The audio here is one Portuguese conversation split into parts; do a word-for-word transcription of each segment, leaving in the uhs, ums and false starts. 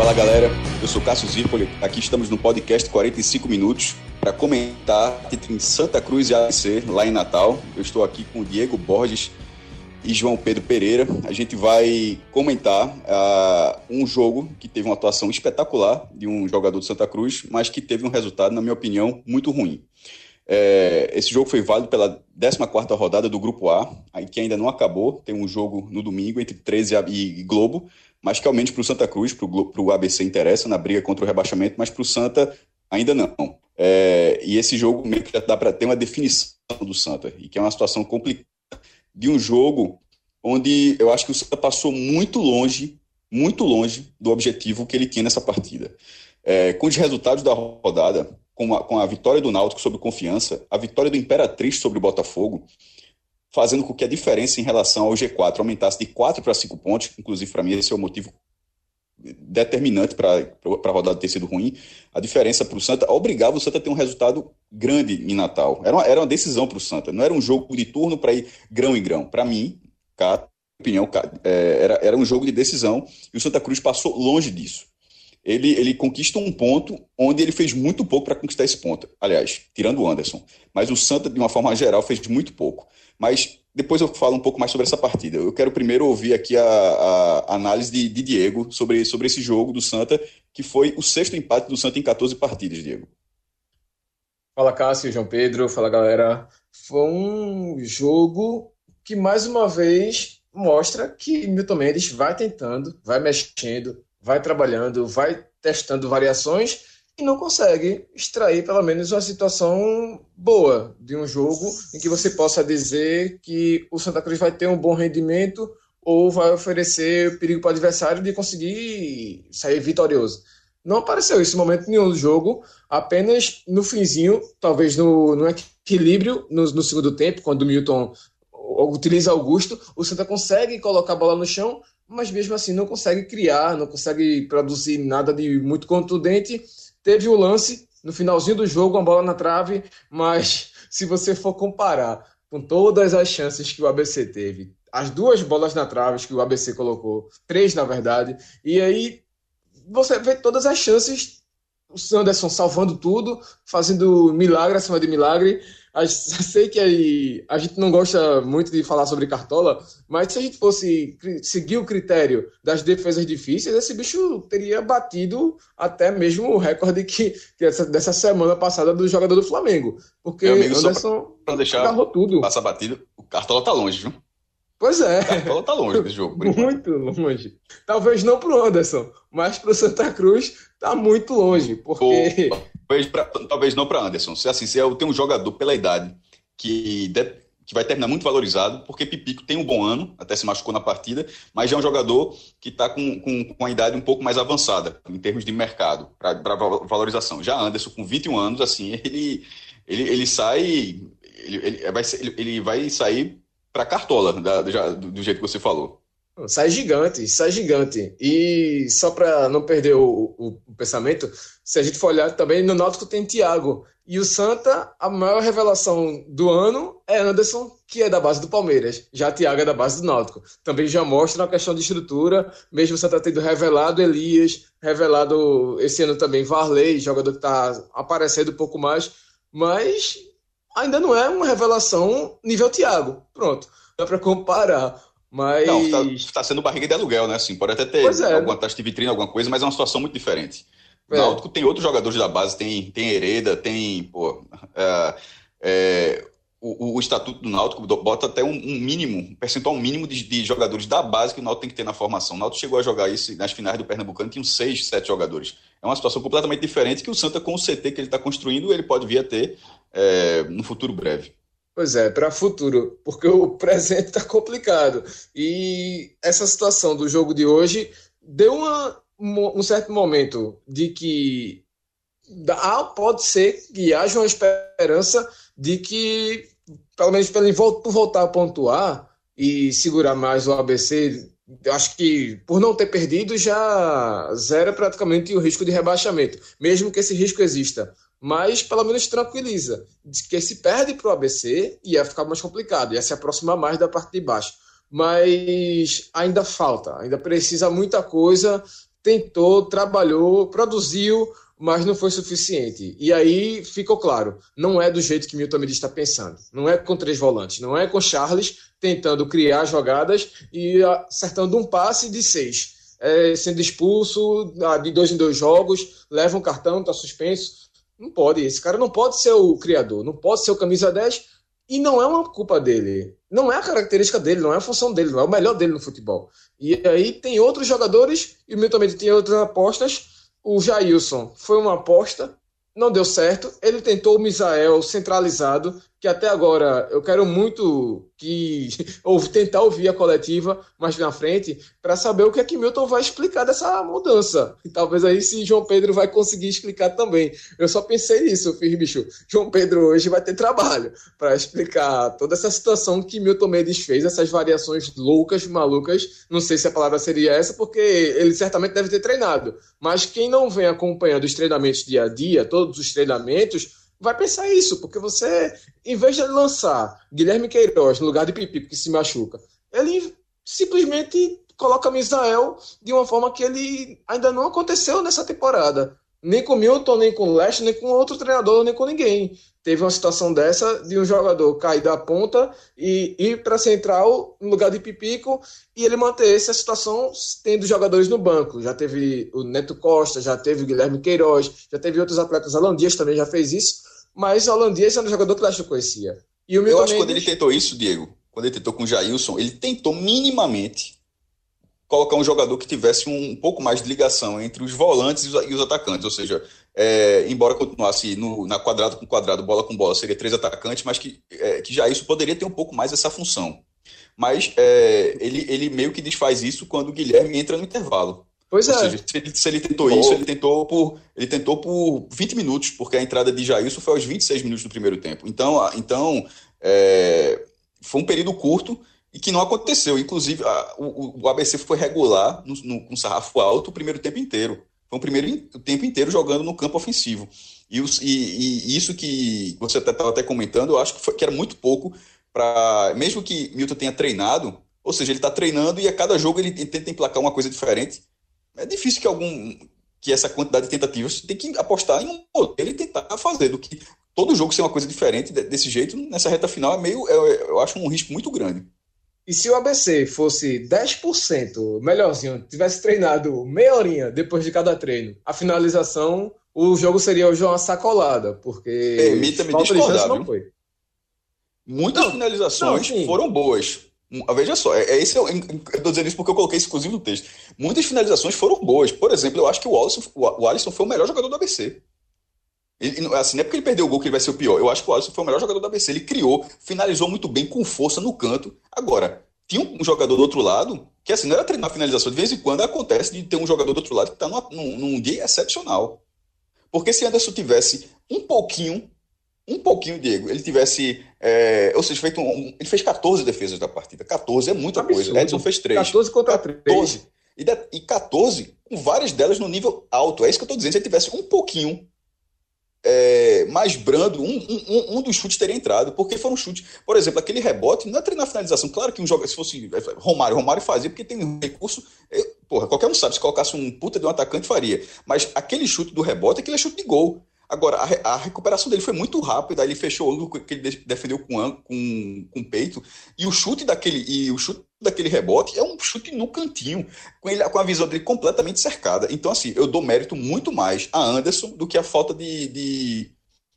Fala galera, eu sou Cássio Zirpoli, aqui estamos no podcast quarenta e cinco minutos para comentar entre Santa Cruz e A B C lá em Natal. Eu estou aqui com o Diego Borges e João Pedro Pereira. A gente vai comentar uh, um jogo que teve uma atuação espetacular de um jogador de Santa Cruz, mas que teve um resultado, na minha opinião, muito ruim. É, esse jogo foi válido pela décima quarta rodada do Grupo A, que ainda não acabou. Tem um jogo no domingo entre treze e Globo, mas que ao menos para o Santa Cruz, para o A B C interessa na briga contra o rebaixamento, mas para o Santa ainda não. É, e esse jogo meio que já dá para ter uma definição do Santa, e que é uma situação complicada de um jogo onde eu acho que o Santa passou muito longe, muito longe do objetivo que ele tinha nessa partida. É, com os resultados da rodada, com a, com a vitória do Náutico sobre Confiança, a vitória do Imperatriz sobre o Botafogo, fazendo com que a diferença em relação ao G quatro aumentasse de quatro para cinco pontos, inclusive para mim esse é o motivo determinante para a rodada ter sido ruim. A diferença para o Santa obrigava o Santa a ter um resultado grande em Natal. Era uma, era uma decisão para o Santa, não era um jogo de turno para ir grão em grão. Para mim, cara, opinião, cara, é, era, era um jogo de decisão e o Santa Cruz passou longe disso. Ele, ele conquista um ponto onde ele fez muito pouco para conquistar esse ponto. Aliás, tirando o Anderson. Mas o Santa, de uma forma geral, fez muito pouco. Mas depois eu falo um pouco mais sobre essa partida. Eu quero primeiro ouvir aqui a, a análise de, de Diego sobre, sobre esse jogo do Santa, que foi o sexto empate do Santa em catorze partidas, Diego. Fala, Cássio, João Pedro, fala, galera. Foi um jogo que, mais uma vez, mostra que Milton Mendes vai tentando, vai mexendo, vai trabalhando, vai testando variações e não consegue extrair pelo menos uma situação boa de um jogo em que você possa dizer que o Santa Cruz vai ter um bom rendimento ou vai oferecer perigo para o adversário de conseguir sair vitorioso. Não apareceu isso em momento nenhum do jogo, apenas no finzinho, talvez no, no equilíbrio no, no segundo tempo, quando o Milton utiliza Augusto, o Santa consegue colocar a bola no chão, mas mesmo assim não consegue criar, não consegue produzir nada de muito contundente. Teve o lance no finalzinho do jogo, uma bola na trave, mas se você for comparar com todas as chances que o A B C teve, as duas bolas na trave que o A B C colocou, três na verdade, e aí você vê todas as chances, o Sanderson salvando tudo, fazendo milagre acima de milagre. Eu sei que aí a gente não gosta muito de falar sobre Cartola, mas se a gente fosse seguir o critério das defesas difíceis, esse bicho teria batido até mesmo o recorde que, que essa, dessa semana passada do jogador do Flamengo. Porque Meu amigo, Anderson só deixar agarrou tudo. Passar batido, o Cartola tá longe, viu? Pois é. O Cartola tá longe desse jogo. Muito longe. Talvez não pro Anderson, mas pro Santa Cruz tá muito longe, porque... Talvez, pra, talvez não para Anderson. Se assim, se tem um jogador pela idade que, de, que vai terminar muito valorizado, porque Pipico tem um bom ano, até se machucou na partida, mas já é um jogador que está com, com, com a idade um pouco mais avançada em termos de mercado para valorização. Já Anderson, com vinte e um anos, assim, ele, ele, ele sai, ele, ele, vai, ele, ele vai sair para Cartola, da, do, do jeito que você falou. Sai gigante, sai gigante. E só para não perder o, o, o pensamento, se a gente for olhar também, no Náutico tem Thiago. E o Santa, a maior revelação do ano é Anderson, que é da base do Palmeiras. Já Thiago é da base do Náutico. Também já mostra uma questão de estrutura, mesmo o Santa tendo revelado Elias, revelado esse ano também Varley, jogador que está aparecendo um pouco mais, mas ainda não é uma revelação nível Thiago. Pronto, dá para comparar. Mas... Não, tá, tá sendo barriga de aluguel, né? Assim, pode até ter é, alguma taxa de vitrine, alguma coisa, mas é uma situação muito diferente. O é. Náutico tem outros jogadores da base, tem, tem Hereda, tem... Pô, é, é, o, o estatuto do Náutico bota até um, um mínimo, um percentual mínimo de, de jogadores da base que o Náutico tem que ter na formação. O Náutico chegou a jogar isso nas finais do Pernambucano, tinha uns seis, sete jogadores. É uma situação completamente diferente que o Santa, com o C T que ele está construindo, ele pode vir a ter é, no futuro breve. Pois é, para futuro, porque o presente está complicado. E essa situação do jogo de hoje deu uma, um certo momento de que ah, pode ser que haja uma esperança de que, pelo menos pelo voltar a pontuar e segurar mais o A B C, eu acho que por não ter perdido já zera praticamente o risco de rebaixamento, mesmo que esse risco exista. Mas pelo menos tranquiliza, diz que se perde para o A B C ia ficar mais complicado, ia se aproximar mais da parte de baixo, mas ainda falta, ainda precisa muita coisa, tentou, trabalhou, produziu, mas não foi suficiente. E aí ficou claro, não é do jeito que Milton Mendes está pensando. Não é com três volantes, não é com Charles tentando criar jogadas e acertando um passe de seis. É, sendo expulso de dois em dois jogos, leva um cartão, está suspenso. Não pode, esse cara não pode ser o criador, não pode ser o camisa dez e não é uma culpa dele. Não é a característica dele, não é a função dele, não é o melhor dele no futebol. E aí tem outros jogadores, e o Milton Mendes tem outras apostas. O Jailson foi uma aposta, não deu certo. Ele tentou o Misael centralizado, que até agora eu quero muito que ou tentar ouvir a coletiva mais na frente para saber o que é que Milton vai explicar dessa mudança. E talvez aí se João Pedro vai conseguir explicar também. Eu só pensei nisso, eu fiz, bicho, João Pedro hoje vai ter trabalho para explicar toda essa situação que Milton Mendes fez, essas variações loucas, malucas. Não sei se a palavra seria essa, porque ele certamente deve ter treinado. Mas quem não vem acompanhando os treinamentos dia a dia, todos os treinamentos, vai pensar isso, porque você, em vez de lançar Guilherme Queiroz no lugar de Pipico, que se machuca, ele simplesmente coloca Misael de uma forma que ele ainda não aconteceu nessa temporada. Nem com Milton, nem com Leste, nem com outro treinador, nem com ninguém. Teve uma situação dessa de um jogador cair da ponta e ir para a central no lugar de Pipico e ele manter essa situação tendo jogadores no banco. Já teve o Neto Costa, já teve o Guilherme Queiroz, já teve outros atletas. Alan Dias também já fez isso, mas o Alan Dias era um jogador que o Leste conhecia. E o Eu acho Mendes... que quando ele tentou isso, Diego, quando ele tentou com o Jailson, ele tentou minimamente colocar um jogador que tivesse um, um pouco mais de ligação entre os volantes e os, e os atacantes, ou seja, é, embora continuasse no, na quadrado com quadrado, bola com bola, seria três atacantes, mas que, é, que já isso poderia ter um pouco mais essa função. Mas é, ele, ele meio que desfaz isso quando o Guilherme entra no intervalo. Pois ou é. seja, se ele, se ele tentou oh. isso, ele tentou, por, ele tentou por vinte minutos, porque a entrada de Jailson foi aos vinte e seis minutos do primeiro tempo. Então, então é, foi um período curto e que não aconteceu. Inclusive, a, o, o A B C foi regular no, no, com sarrafo alto o primeiro tempo inteiro. Foi o primeiro o tempo inteiro jogando no campo ofensivo. E, os, e, e isso que você estava até comentando, eu acho que, foi, que era muito pouco para... Mesmo que Milton tenha treinado, ou seja, ele está treinando e a cada jogo ele tenta emplacar uma coisa diferente. É difícil que algum que essa quantidade de tentativas tem que apostar em um modelo e tentar fazer do que todo jogo ser uma coisa diferente desse jeito, nessa reta final é meio, eu, eu acho um risco muito grande. E se o A B C fosse dez por cento melhorzinho, tivesse treinado meia horinha depois de cada treino, a finalização, o jogo seria hoje uma sacolada, porque permita-me discordar, não foi. Muitas não, finalizações não, foram boas. Veja só, é, é esse, eu estou dizendo isso porque eu coloquei isso inclusive no texto. Muitas finalizações foram boas. Por exemplo, eu acho que o Alisson, o Alisson foi o melhor jogador do A B C. Ele, assim, não é porque ele perdeu o gol que ele vai ser o pior. Eu acho que o Alisson foi o melhor jogador do A B C. Ele criou, finalizou muito bem, com força no canto. Agora, tinha um jogador do outro lado, que assim, não era treinar a finalização. De vez em quando acontece de ter um jogador do outro lado que está num, num dia excepcional. Porque se Anderson tivesse um pouquinho, um pouquinho, Diego, ele tivesse, é, ou seja, feito um, ele fez catorze defesas da partida. catorze é muita Absurdo. Coisa. Edson fez três. catorze contra três. E, e catorze, com várias delas no nível alto. É isso que eu estou dizendo. Se ele tivesse um pouquinho É, mais brando, um, um, um dos chutes teria entrado, porque foram chutes, por exemplo, aquele rebote, não é treinar a finalização, claro que um jogo, se fosse Romário, Romário fazia, porque tem um recurso, eu, porra, qualquer um sabe, se colocasse um puta de um atacante faria, mas aquele chute do rebote, aquele é chute de gol. Agora, a, a recuperação dele foi muito rápida, ele fechou o ângulo que ele defendeu com, com, com o peito, e o chute daquele, e o chute daquele rebote é um chute no cantinho, com, ele, com a visão dele completamente cercada. Então, assim, eu dou mérito muito mais a Anderson do que a falta de de,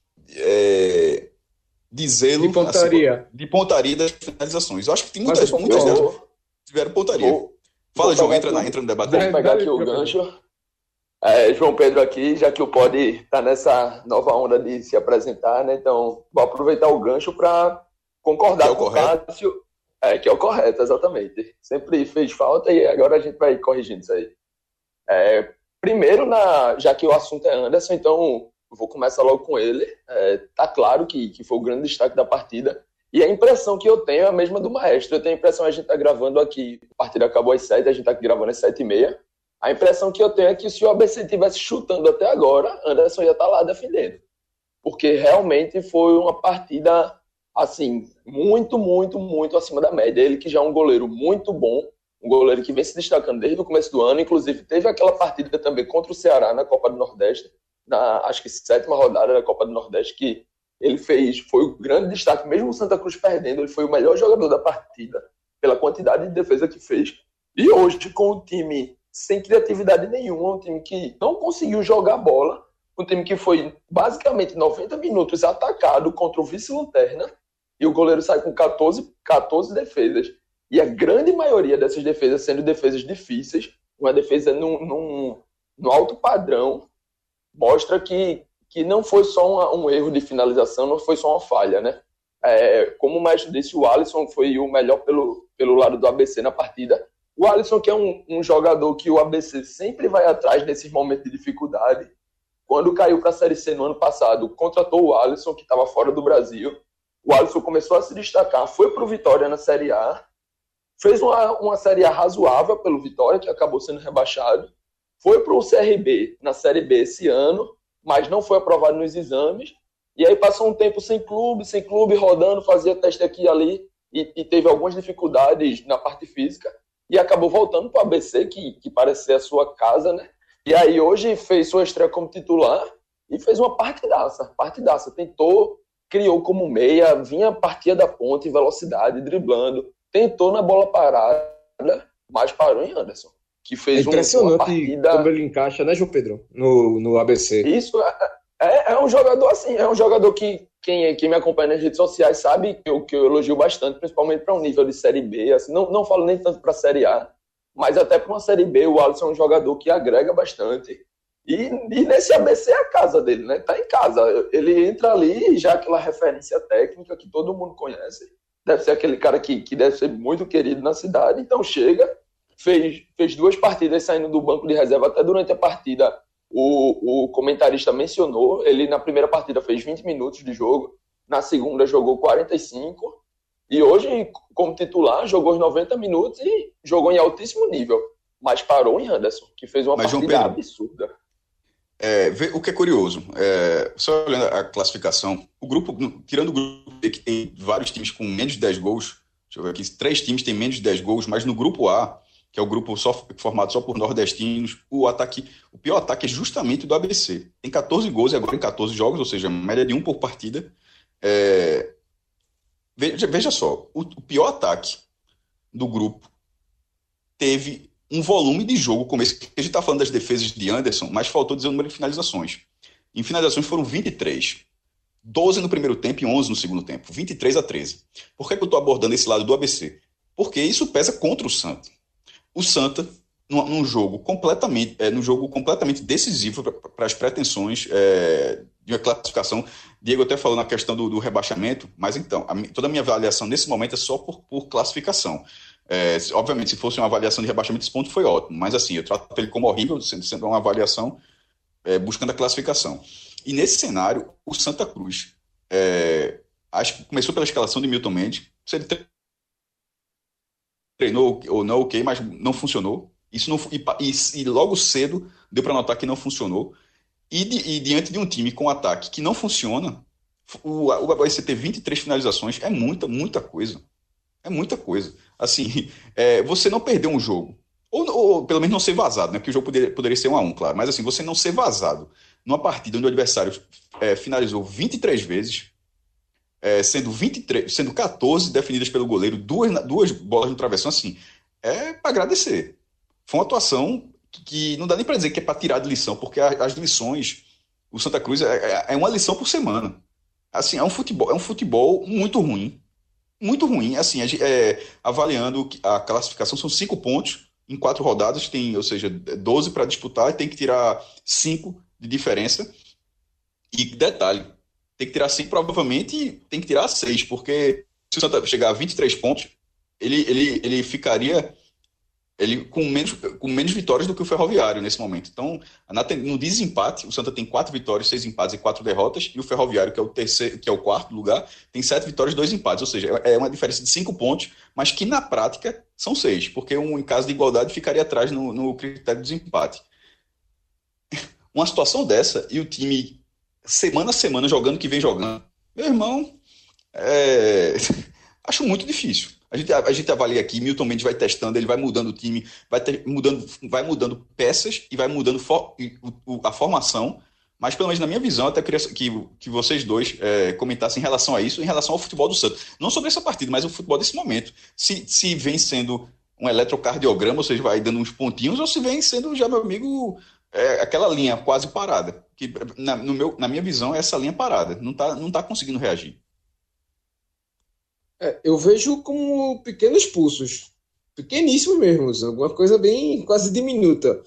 é, de zelo, de pontaria. Assim, de pontaria das finalizações. Eu acho que tem muitas, muitas delas tiveram pontaria. Vou, Fala, João, entra, na, entra no debate. Vamos pegar aqui o gancho. É, João Pedro aqui, já que o Pod está nessa nova onda de se apresentar, né? Então, vou aproveitar o gancho para concordar que é o com o correto. Cássio. É, que é o correto, exatamente. Sempre fez falta e agora a gente vai corrigindo isso aí. É, primeiro, na, já que o assunto é Anderson, então vou começar logo com ele. É, tá claro que, que foi o grande destaque da partida. E a impressão que eu tenho é a mesma do Maestro. Eu tenho a impressão, a gente tá gravando aqui, a partida acabou às sete, a gente tá aqui gravando às sete e meia. A impressão que eu tenho é que se o A B C estivesse chutando até agora, Anderson ia estar lá defendendo. Porque realmente foi uma partida, assim, muito, muito, muito acima da média. Ele que já é um goleiro muito bom, um goleiro que vem se destacando desde o começo do ano, inclusive teve aquela partida também contra o Ceará na Copa do Nordeste, na acho que sétima rodada da Copa do Nordeste, que ele fez, foi o grande destaque, mesmo o Santa Cruz perdendo, ele foi o melhor jogador da partida, pela quantidade de defesa que fez. E hoje, com o time sem criatividade nenhuma, um time que não conseguiu jogar bola, um time que foi basicamente noventa minutos atacado contra o vice-lanterna, e o goleiro sai com catorze, catorze defesas. E a grande maioria dessas defesas sendo defesas difíceis, uma defesa num, num, num alto padrão, mostra que, que não foi só uma, um erro de finalização, não foi só uma falha, né? É, como o mestre disse, o Alisson foi o melhor pelo, pelo lado do A B C na partida. O Alisson, que é um, um jogador que o A B C sempre vai atrás nesses momentos de dificuldade. Quando caiu para a Série C no ano passado, contratou o Alisson, que estava fora do Brasil. O Alisson começou a se destacar, foi para o Vitória na Série A, fez uma, uma Série A razoável pelo Vitória, que acabou sendo rebaixado, foi para o C R B na Série B esse ano, mas não foi aprovado nos exames, e aí passou um tempo sem clube, sem clube, rodando, fazia teste aqui e ali, e, e teve algumas dificuldades na parte física, e acabou voltando para o A B C, que, que parece ser a sua casa, né? E aí hoje fez sua estreia como titular, e fez uma partidaça, partidaça, tentou, criou como meia, vinha partia da ponte, velocidade, driblando, tentou na bola parada, mas parou em Anderson, que fez é impressionante uma partida... como ele encaixa, né, João Pedro, no, no A B C. Isso, é, é, é um jogador assim, é um jogador que quem, quem me acompanha nas redes sociais sabe que eu, que eu elogio bastante, principalmente para um nível de Série B, assim, não, não falo nem tanto para a Série A, mas até para uma Série B, o Alisson é um jogador que agrega bastante. E, e nesse A B C é a casa dele, né? Tá em casa. Ele entra ali, já aquela referência técnica que todo mundo conhece. Deve ser aquele cara que, que deve ser muito querido na cidade. Então chega, fez, fez duas partidas saindo do banco de reserva. Até durante a partida, o, o comentarista mencionou. Ele na primeira partida fez vinte minutos de jogo. Na segunda jogou quarenta e cinco. E hoje, como titular, jogou os noventa minutos e jogou em altíssimo nível. Mas parou em Anderson, que fez uma Mas, partida absurda. É, vê, o que é curioso, é, só olhando a classificação, o grupo, tirando o grupo B, que tem vários times com menos de dez gols, deixa eu ver aqui, três times têm menos de dez gols, mas no grupo A, que é o grupo só, formado só por nordestinos, o ataque, o pior ataque é justamente o do A B C. Tem catorze gols e agora em catorze jogos, ou seja, média de um por partida. É, veja, veja só, o, o pior ataque do grupo teve um volume de jogo, como esse, que a gente está falando das defesas de Anderson, mas faltou dizer o número de finalizações. Em finalizações foram vinte e três. doze no primeiro tempo e onze no segundo tempo. vinte e três a treze. Por que, que eu estou abordando esse lado do A B C? Porque isso pesa contra o Santa. O Santa, num, num jogo completamente, é, num jogo completamente decisivo para as pretensões é, de uma classificação. Diego até falou na questão do, do rebaixamento, mas então, a, toda a minha avaliação nesse momento é só por, por classificação. É, obviamente, se fosse uma avaliação de rebaixamento, esse ponto foi ótimo, mas assim, eu trato ele como horrível, sendo, sendo uma avaliação é, buscando a classificação. E nesse cenário, o Santa Cruz, é, acho que começou pela escalação de Milton Mendes, se ele treinou ou não, ok, mas não funcionou. Isso não, e, e, e logo cedo deu para notar que não funcionou. E, de, e diante de um time com ataque que não funciona, o, o A B C ter vinte e três finalizações é muita, muita coisa. É muita coisa. Assim, é, você não perder um jogo, ou, ou pelo menos não ser vazado, né? Porque o jogo poderia, poderia ser um a um, claro, mas assim, você não ser vazado numa partida onde o adversário é, finalizou vinte e três vezes, é, sendo, vinte e três, sendo catorze definidas pelo goleiro, duas, duas bolas no travessão, assim, é para agradecer. Foi uma atuação que, que não dá nem para dizer que é para tirar de lição, porque a, as lições, o Santa Cruz é, é uma lição por semana. Assim, é um futebol, é um futebol muito ruim. Muito ruim, assim, é, avaliando a classificação, são cinco pontos em quatro rodadas, tem, ou seja, doze para disputar e tem que tirar cinco de diferença. E detalhe, tem que tirar cinco provavelmente e tem que tirar seis, porque se o Santa chegar a vinte e três pontos, ele, ele, ele ficaria ele, com, menos, com menos vitórias do que o Ferroviário nesse momento. Então, na, no desempate, o Santa tem quatro vitórias, seis empates e quatro derrotas, e o Ferroviário, que é o, terceiro, que é o quarto lugar, tem sete vitórias e dois empates, ou seja, é uma diferença de cinco pontos, mas que na prática são seis, porque um, em caso de igualdade, ficaria atrás no, no critério de desempate. Uma situação dessa, e o time, semana a semana, jogando o que vem jogando, meu irmão, é... acho muito difícil. A gente, a gente avalia aqui, Milton Mendes vai testando, ele vai mudando o time, vai, ter, mudando, vai mudando peças e vai mudando for, o, a formação, mas pelo menos na minha visão, até queria que, que vocês dois é, comentassem em relação a isso, em relação ao futebol do Santos. Não sobre essa partida, mas o futebol desse momento. Se, se vem sendo um eletrocardiograma, ou seja, vai dando uns pontinhos, ou se vem sendo já, meu amigo, é, aquela linha quase parada. Que, na, no meu, na minha visão, é essa linha parada. Não está não tá conseguindo reagir. É, eu vejo como pequenos pulsos, pequeníssimos mesmo, alguma coisa bem quase diminuta.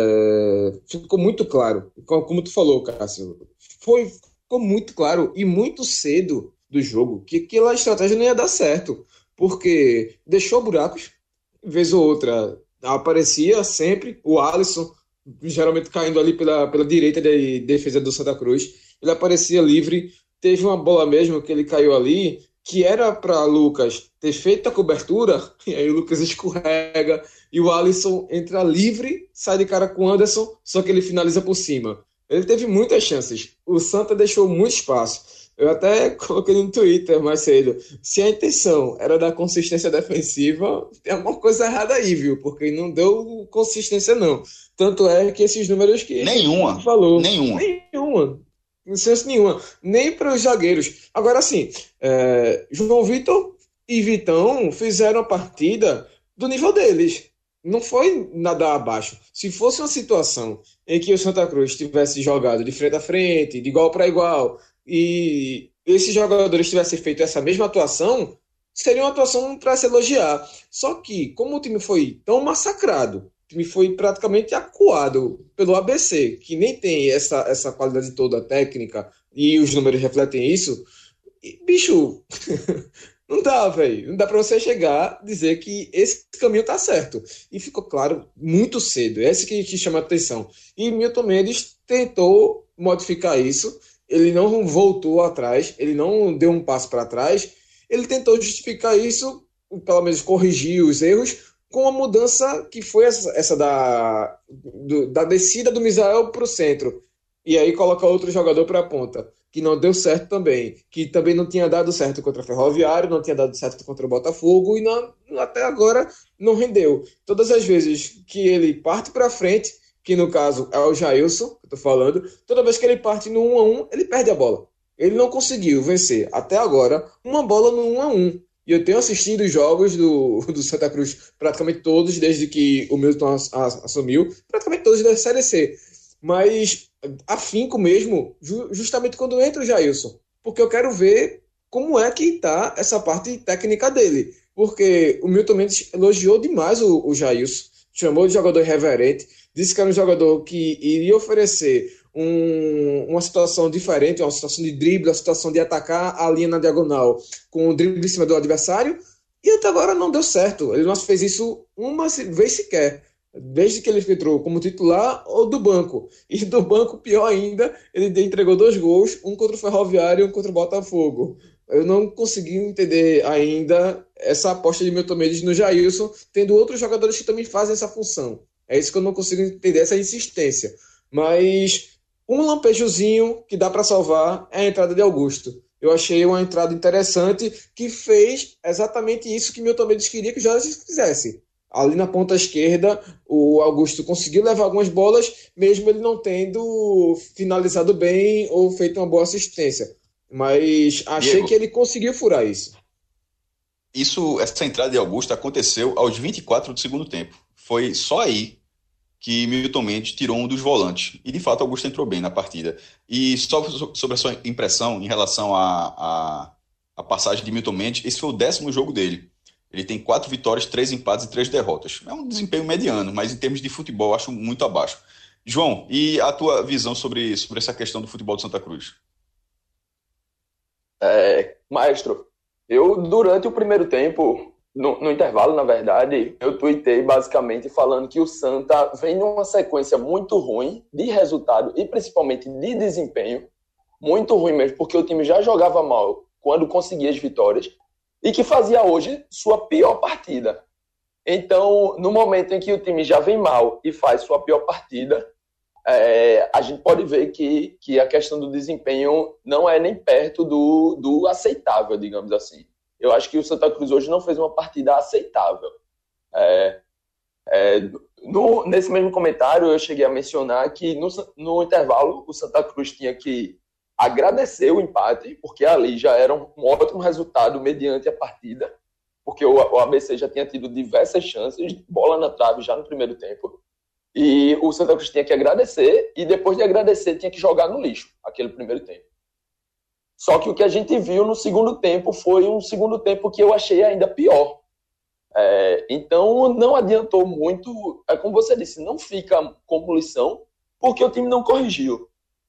É, ficou muito claro, como tu falou, Cássio, foi, ficou muito claro e muito cedo do jogo que aquela estratégia não ia dar certo, porque deixou buracos, vez ou outra aparecia sempre o Alisson, geralmente caindo ali pela, pela direita da defesa do Santa Cruz, ele aparecia livre, teve uma bola mesmo que ele caiu ali, que era para Lucas ter feito a cobertura, e aí o Lucas escorrega, e o Alisson entra livre, sai de cara com o Anderson, só que ele finaliza por cima. Ele teve muitas chances. O Santa deixou muito espaço. Eu até coloquei no Twitter mais cedo. Se a intenção era dar consistência defensiva, tem alguma coisa errada aí, viu? Porque não deu consistência, não. Tanto é que esses números que nenhuma falou... Nenhuma. Nenhuma. Não senso nenhuma. Nem para os zagueiros. Agora, sim, é, João Vitor e Vitão fizeram a partida do nível deles. Não foi nada abaixo. Se fosse uma situação em que o Santa Cruz tivesse jogado de frente a frente, de igual para igual, e esses jogadores tivessem feito essa mesma atuação, seria uma atuação para se elogiar. Só que, como o time foi tão massacrado, o time foi praticamente acuado pelo A B C, que nem tem essa, essa qualidade toda técnica, e os números refletem isso, e, bicho... Não dá, velho. Não dá pra você chegar e dizer que esse caminho tá certo. E ficou claro muito cedo. É esse que, que chama a atenção. E Milton Mendes tentou modificar isso. Ele não voltou atrás. Ele não deu um passo para trás. Ele tentou justificar isso, pelo menos corrigir os erros, com a mudança que foi essa, essa da, do, da descida do Misael pro centro. E aí coloca outro jogador para a ponta, que não deu certo também, que também não tinha dado certo contra o Ferroviário, não tinha dado certo contra o Botafogo e não, até agora não rendeu. Todas as vezes que ele parte para frente, que no caso é o Jailson, que eu tô falando, toda vez que ele parte no um a um, ele perde a bola. Ele não conseguiu vencer até agora uma bola no um a um. E eu tenho assistido os jogos do, do Santa Cruz, praticamente todos, desde que o Milton assumiu, praticamente todos da Série C. Mas afinco mesmo, justamente quando entra o Jailson, porque eu quero ver como é que está essa parte técnica dele, porque o Milton Mendes elogiou demais o, o Jailson, chamou de jogador irreverente, disse que era um jogador que iria oferecer um, uma situação diferente, uma situação de drible, uma situação de atacar a linha na diagonal com o drible em cima do adversário, e até agora não deu certo, ele não fez isso uma vez sequer, desde que ele entrou como titular ou do banco. E do banco, pior ainda, ele entregou dois gols, um contra o Ferroviário e um contra o Botafogo. Eu não consegui entender ainda essa aposta de Milton Mendes no Jailson, tendo outros jogadores que também fazem essa função. É isso que eu não consigo entender, essa insistência. Mas um lampejozinho que dá para salvar é a entrada de Augusto. Eu achei uma entrada interessante que fez exatamente isso que Milton Mendes queria que o Jorge fizesse. Ali na ponta esquerda, o Augusto conseguiu levar algumas bolas, mesmo ele não tendo finalizado bem ou feito uma boa assistência. Mas achei Diego, que ele conseguiu furar isso. Isso, essa entrada de Augusto aconteceu aos vinte e quatro do segundo tempo. Foi só aí que Milton Mendes tirou um dos volantes. E, de fato, Augusto entrou bem na partida. E só sobre a sua impressão em relação à passagem de Milton Mendes, esse foi o décimo jogo dele. Ele tem quatro vitórias, três empates e três derrotas. É um desempenho mediano, mas em termos de futebol, acho muito abaixo. João, e a tua visão sobre, sobre essa questão do futebol de Santa Cruz? É, maestro, eu durante o primeiro tempo, no, no intervalo, na verdade, eu tuitei basicamente falando que o Santa vem numa sequência muito ruim de resultado e principalmente de desempenho, muito ruim mesmo, porque o time já jogava mal quando conseguia as vitórias, e que fazia hoje sua pior partida. Então, no momento em que o time já vem mal e faz sua pior partida, é, a gente pode ver que, que a questão do desempenho não é nem perto do, do aceitável, digamos assim. Eu acho que o Santa Cruz hoje não fez uma partida aceitável. É, é, no, nesse mesmo comentário, eu cheguei a mencionar que no, no intervalo o Santa Cruz tinha que agradecer o empate, porque ali já era um, um ótimo resultado mediante a partida, porque o, o A B C já tinha tido diversas chances, bola na trave já no primeiro tempo, e o Santa Cruz tinha que agradecer, e depois de agradecer tinha que jogar no lixo, aquele primeiro tempo. Só que o que a gente viu no segundo tempo foi um segundo tempo que eu achei ainda pior. É, então não adiantou muito, é como você disse, não fica como lição, porque o time não corrigiu.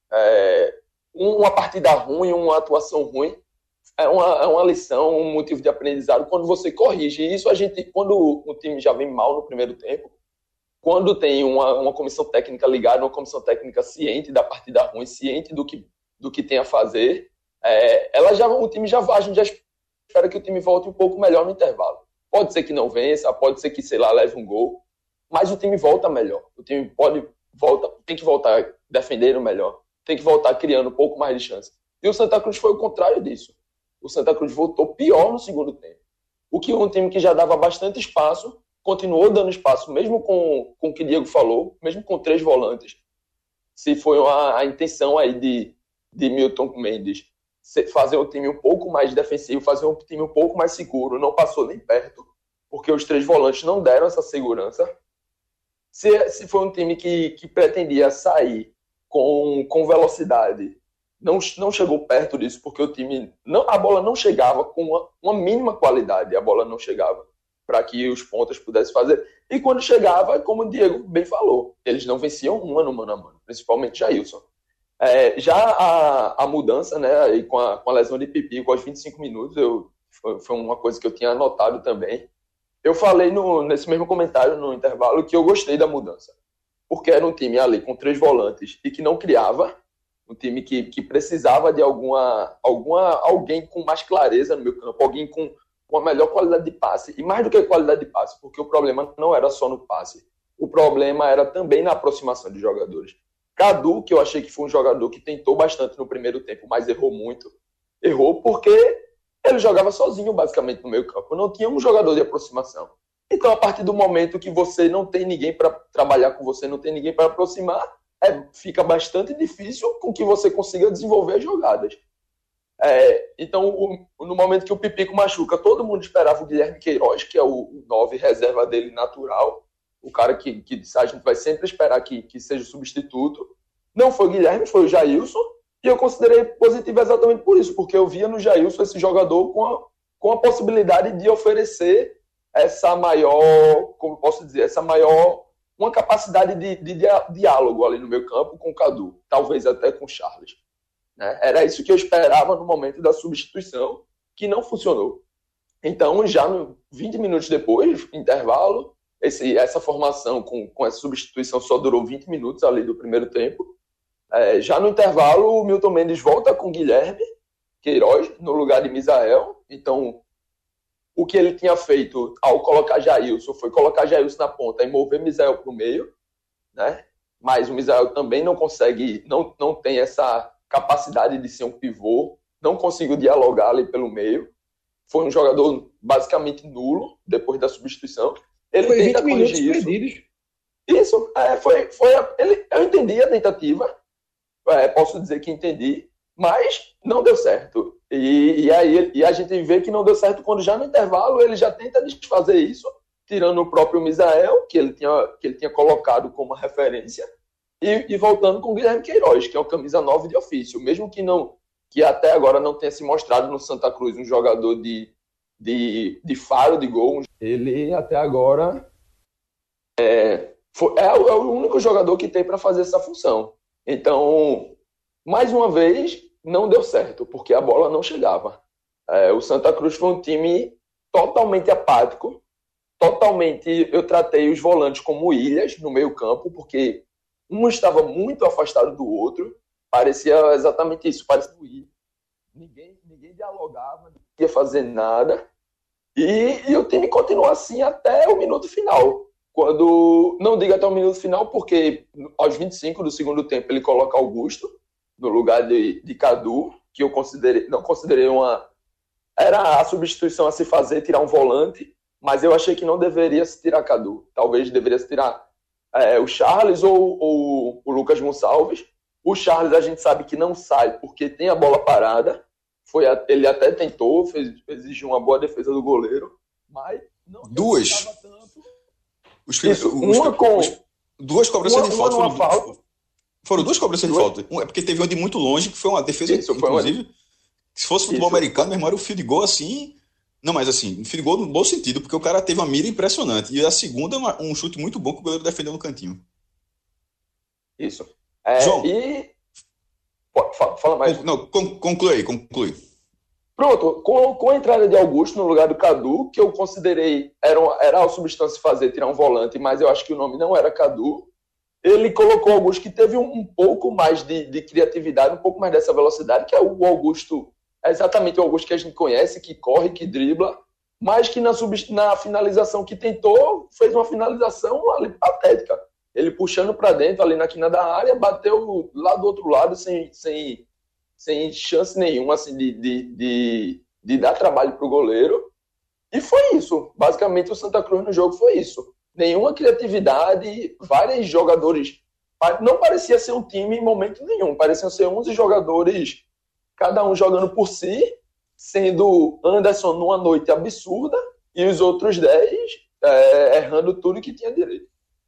É, uma partida ruim, uma atuação ruim, é uma, é uma lição, um motivo de aprendizado quando você corrige. E isso a gente, quando o time já vem mal no primeiro tempo, quando tem uma, uma comissão técnica ligada, uma comissão técnica ciente da partida ruim, ciente do que, do que tem a fazer, é, ela já, o time já vai, a gente já espera que o time volte um pouco melhor no intervalo. Pode ser que não vença, pode ser que, sei lá, leve um gol, mas o time volta melhor. O time pode volta, tem que voltar defendendo melhor, tem que voltar criando um pouco mais de chance. E o Santa Cruz foi o contrário disso. O Santa Cruz voltou pior no segundo tempo. O que um time que já dava bastante espaço, continuou dando espaço, mesmo com, com o que o Diego falou, mesmo com três volantes. Se foi uma, a intenção aí de, de Milton Mendes fazer um time um pouco mais defensivo, fazer um time um pouco mais seguro, não passou nem perto, porque os três volantes não deram essa segurança. Se, se foi um time que, que pretendia sair com, com velocidade, não, não chegou perto disso, porque o time, não, a bola não chegava com uma, uma mínima qualidade, a bola não chegava para que os pontas pudessem fazer. E quando chegava, como o Diego bem falou, eles não venciam uma no mano a mano, principalmente Jailson. É, já a, a mudança, né, aí com, a, com a lesão de Pipi, com os vinte e cinco minutos, eu, foi, foi uma coisa que eu tinha anotado também. Eu falei no, nesse mesmo comentário no intervalo que eu gostei da mudança, porque era um time ali com três volantes e que não criava, um time que, que precisava de alguma, alguma, alguém com mais clareza no meio campo, alguém com uma melhor qualidade de passe, e mais do que qualidade de passe, porque o problema não era só no passe, o problema era também na aproximação de jogadores. Cadu, que eu achei que foi um jogador que tentou bastante no primeiro tempo, mas errou muito. Errou porque ele jogava sozinho, basicamente, no meio campo. Não tinha um jogador de aproximação. Então, a partir do momento que você não tem ninguém para trabalhar com você, não tem ninguém para aproximar, é, fica bastante difícil com que você consiga desenvolver as jogadas. É, então, o, no momento que o Pipico machuca, todo mundo esperava o Guilherme Queiroz, que é o nove reserva dele natural, o cara que, que a gente vai sempre esperar que, que seja o substituto. Não foi o Guilherme, foi o Jailson, e eu considerei positivo exatamente por isso, porque eu via no Jailson esse jogador com a, com a possibilidade de oferecer essa maior, como posso dizer, essa maior, uma capacidade de, de, de diálogo ali no meio campo com o Cadu, talvez até com o Charles. Né? Era isso que eu esperava no momento da substituição, que não funcionou. Então, já no vinte minutos depois, intervalo, Esse, essa formação com, com essa substituição só durou vinte minutos ali do primeiro tempo. É, já no intervalo, o Milton Mendes volta com Guilherme Queiroz no lugar de Misael. Então, o que ele tinha feito ao colocar Jailson foi colocar Jailson na ponta e mover Misael para o meio, né? Mas o Misael também não consegue, não, não tem essa capacidade de ser um pivô, não conseguiu dialogar ali pelo meio. Foi um jogador basicamente nulo depois da substituição. Ele foi tenta vinte minutos corrigir isso. perdidos. Isso, é, foi, foi ele, eu entendi a tentativa, é, posso dizer que entendi, mas não deu certo. E, e aí e a gente vê que não deu certo quando já no intervalo ele já tenta desfazer isso, tirando o próprio Misael, que ele tinha, que ele tinha colocado como referência, e, e voltando com o Guilherme Queiroz, que é o camisa nove de ofício, mesmo que, não, que até agora não tenha se mostrado no Santa Cruz um jogador de, de, de faro de gol. Ele até agora é, foi, é, é o único jogador que tem para fazer essa função. Então, mais uma vez, não deu certo, porque a bola não chegava. É, o Santa Cruz foi um time totalmente apático, totalmente... Eu tratei os volantes como ilhas no meio campo, porque um estava muito afastado do outro, parecia exatamente isso, parecia ilha. Ninguém, ninguém dialogava, não ia fazer nada, e, e o time continuou assim até o minuto final. Quando, não digo até o minuto final, porque aos vinte e cinco do segundo tempo ele coloca Augusto no lugar de, de Cadu, que eu considerei, não considerei uma... era a substituição a se fazer, tirar um volante, mas eu achei que não deveria se tirar Cadu. Talvez deveria se tirar é, o Charles ou, ou o Lucas Gonçalves. O Charles a gente sabe que não sai porque tem a bola parada. Foi, ele até tentou, fez, exigiu uma boa defesa do goleiro, mas não duas. Tanto. Os, Isso, os, uma os, com, os, duas cobranças uma, de falta. Foram, falta. foram duas cobranças duas. de falta. Um, é porque teve uma de muito longe, que foi uma defesa, Isso, inclusive. Foi se fosse futebol Isso. americano, meu irmão, era o field goal assim. Não, mas assim, um field goal no bom sentido, porque o cara teve uma mira impressionante. E a segunda, uma, um chute muito bom que o goleiro defendeu no cantinho. Isso. É, João. E. Fala, fala mais. Não, conclui aí, conclui. Pronto, com, com a entrada de Augusto no lugar do Cadu, que eu considerei era, era a substância fazer, tirar um volante, mas eu acho que o nome não era Cadu, ele colocou o Augusto, que teve um, um pouco mais de, de criatividade, um pouco mais dessa velocidade, que é o Augusto, é exatamente o Augusto que a gente conhece, que corre, que dribla, mas que na, sub, na finalização que tentou, fez uma finalização ali patética. Ele puxando para dentro, ali na quina da área, bateu lá do outro lado sem... sem sem chance nenhuma assim, de, de, de, de dar trabalho para o goleiro. E foi isso. Basicamente, o Santa Cruz no jogo foi isso. Nenhuma criatividade, vários jogadores... Não parecia ser um time em momento nenhum. Pareciam ser onze jogadores, cada um jogando por si, sendo Anderson numa noite absurda e os outros dez é, errando tudo que tinha direito.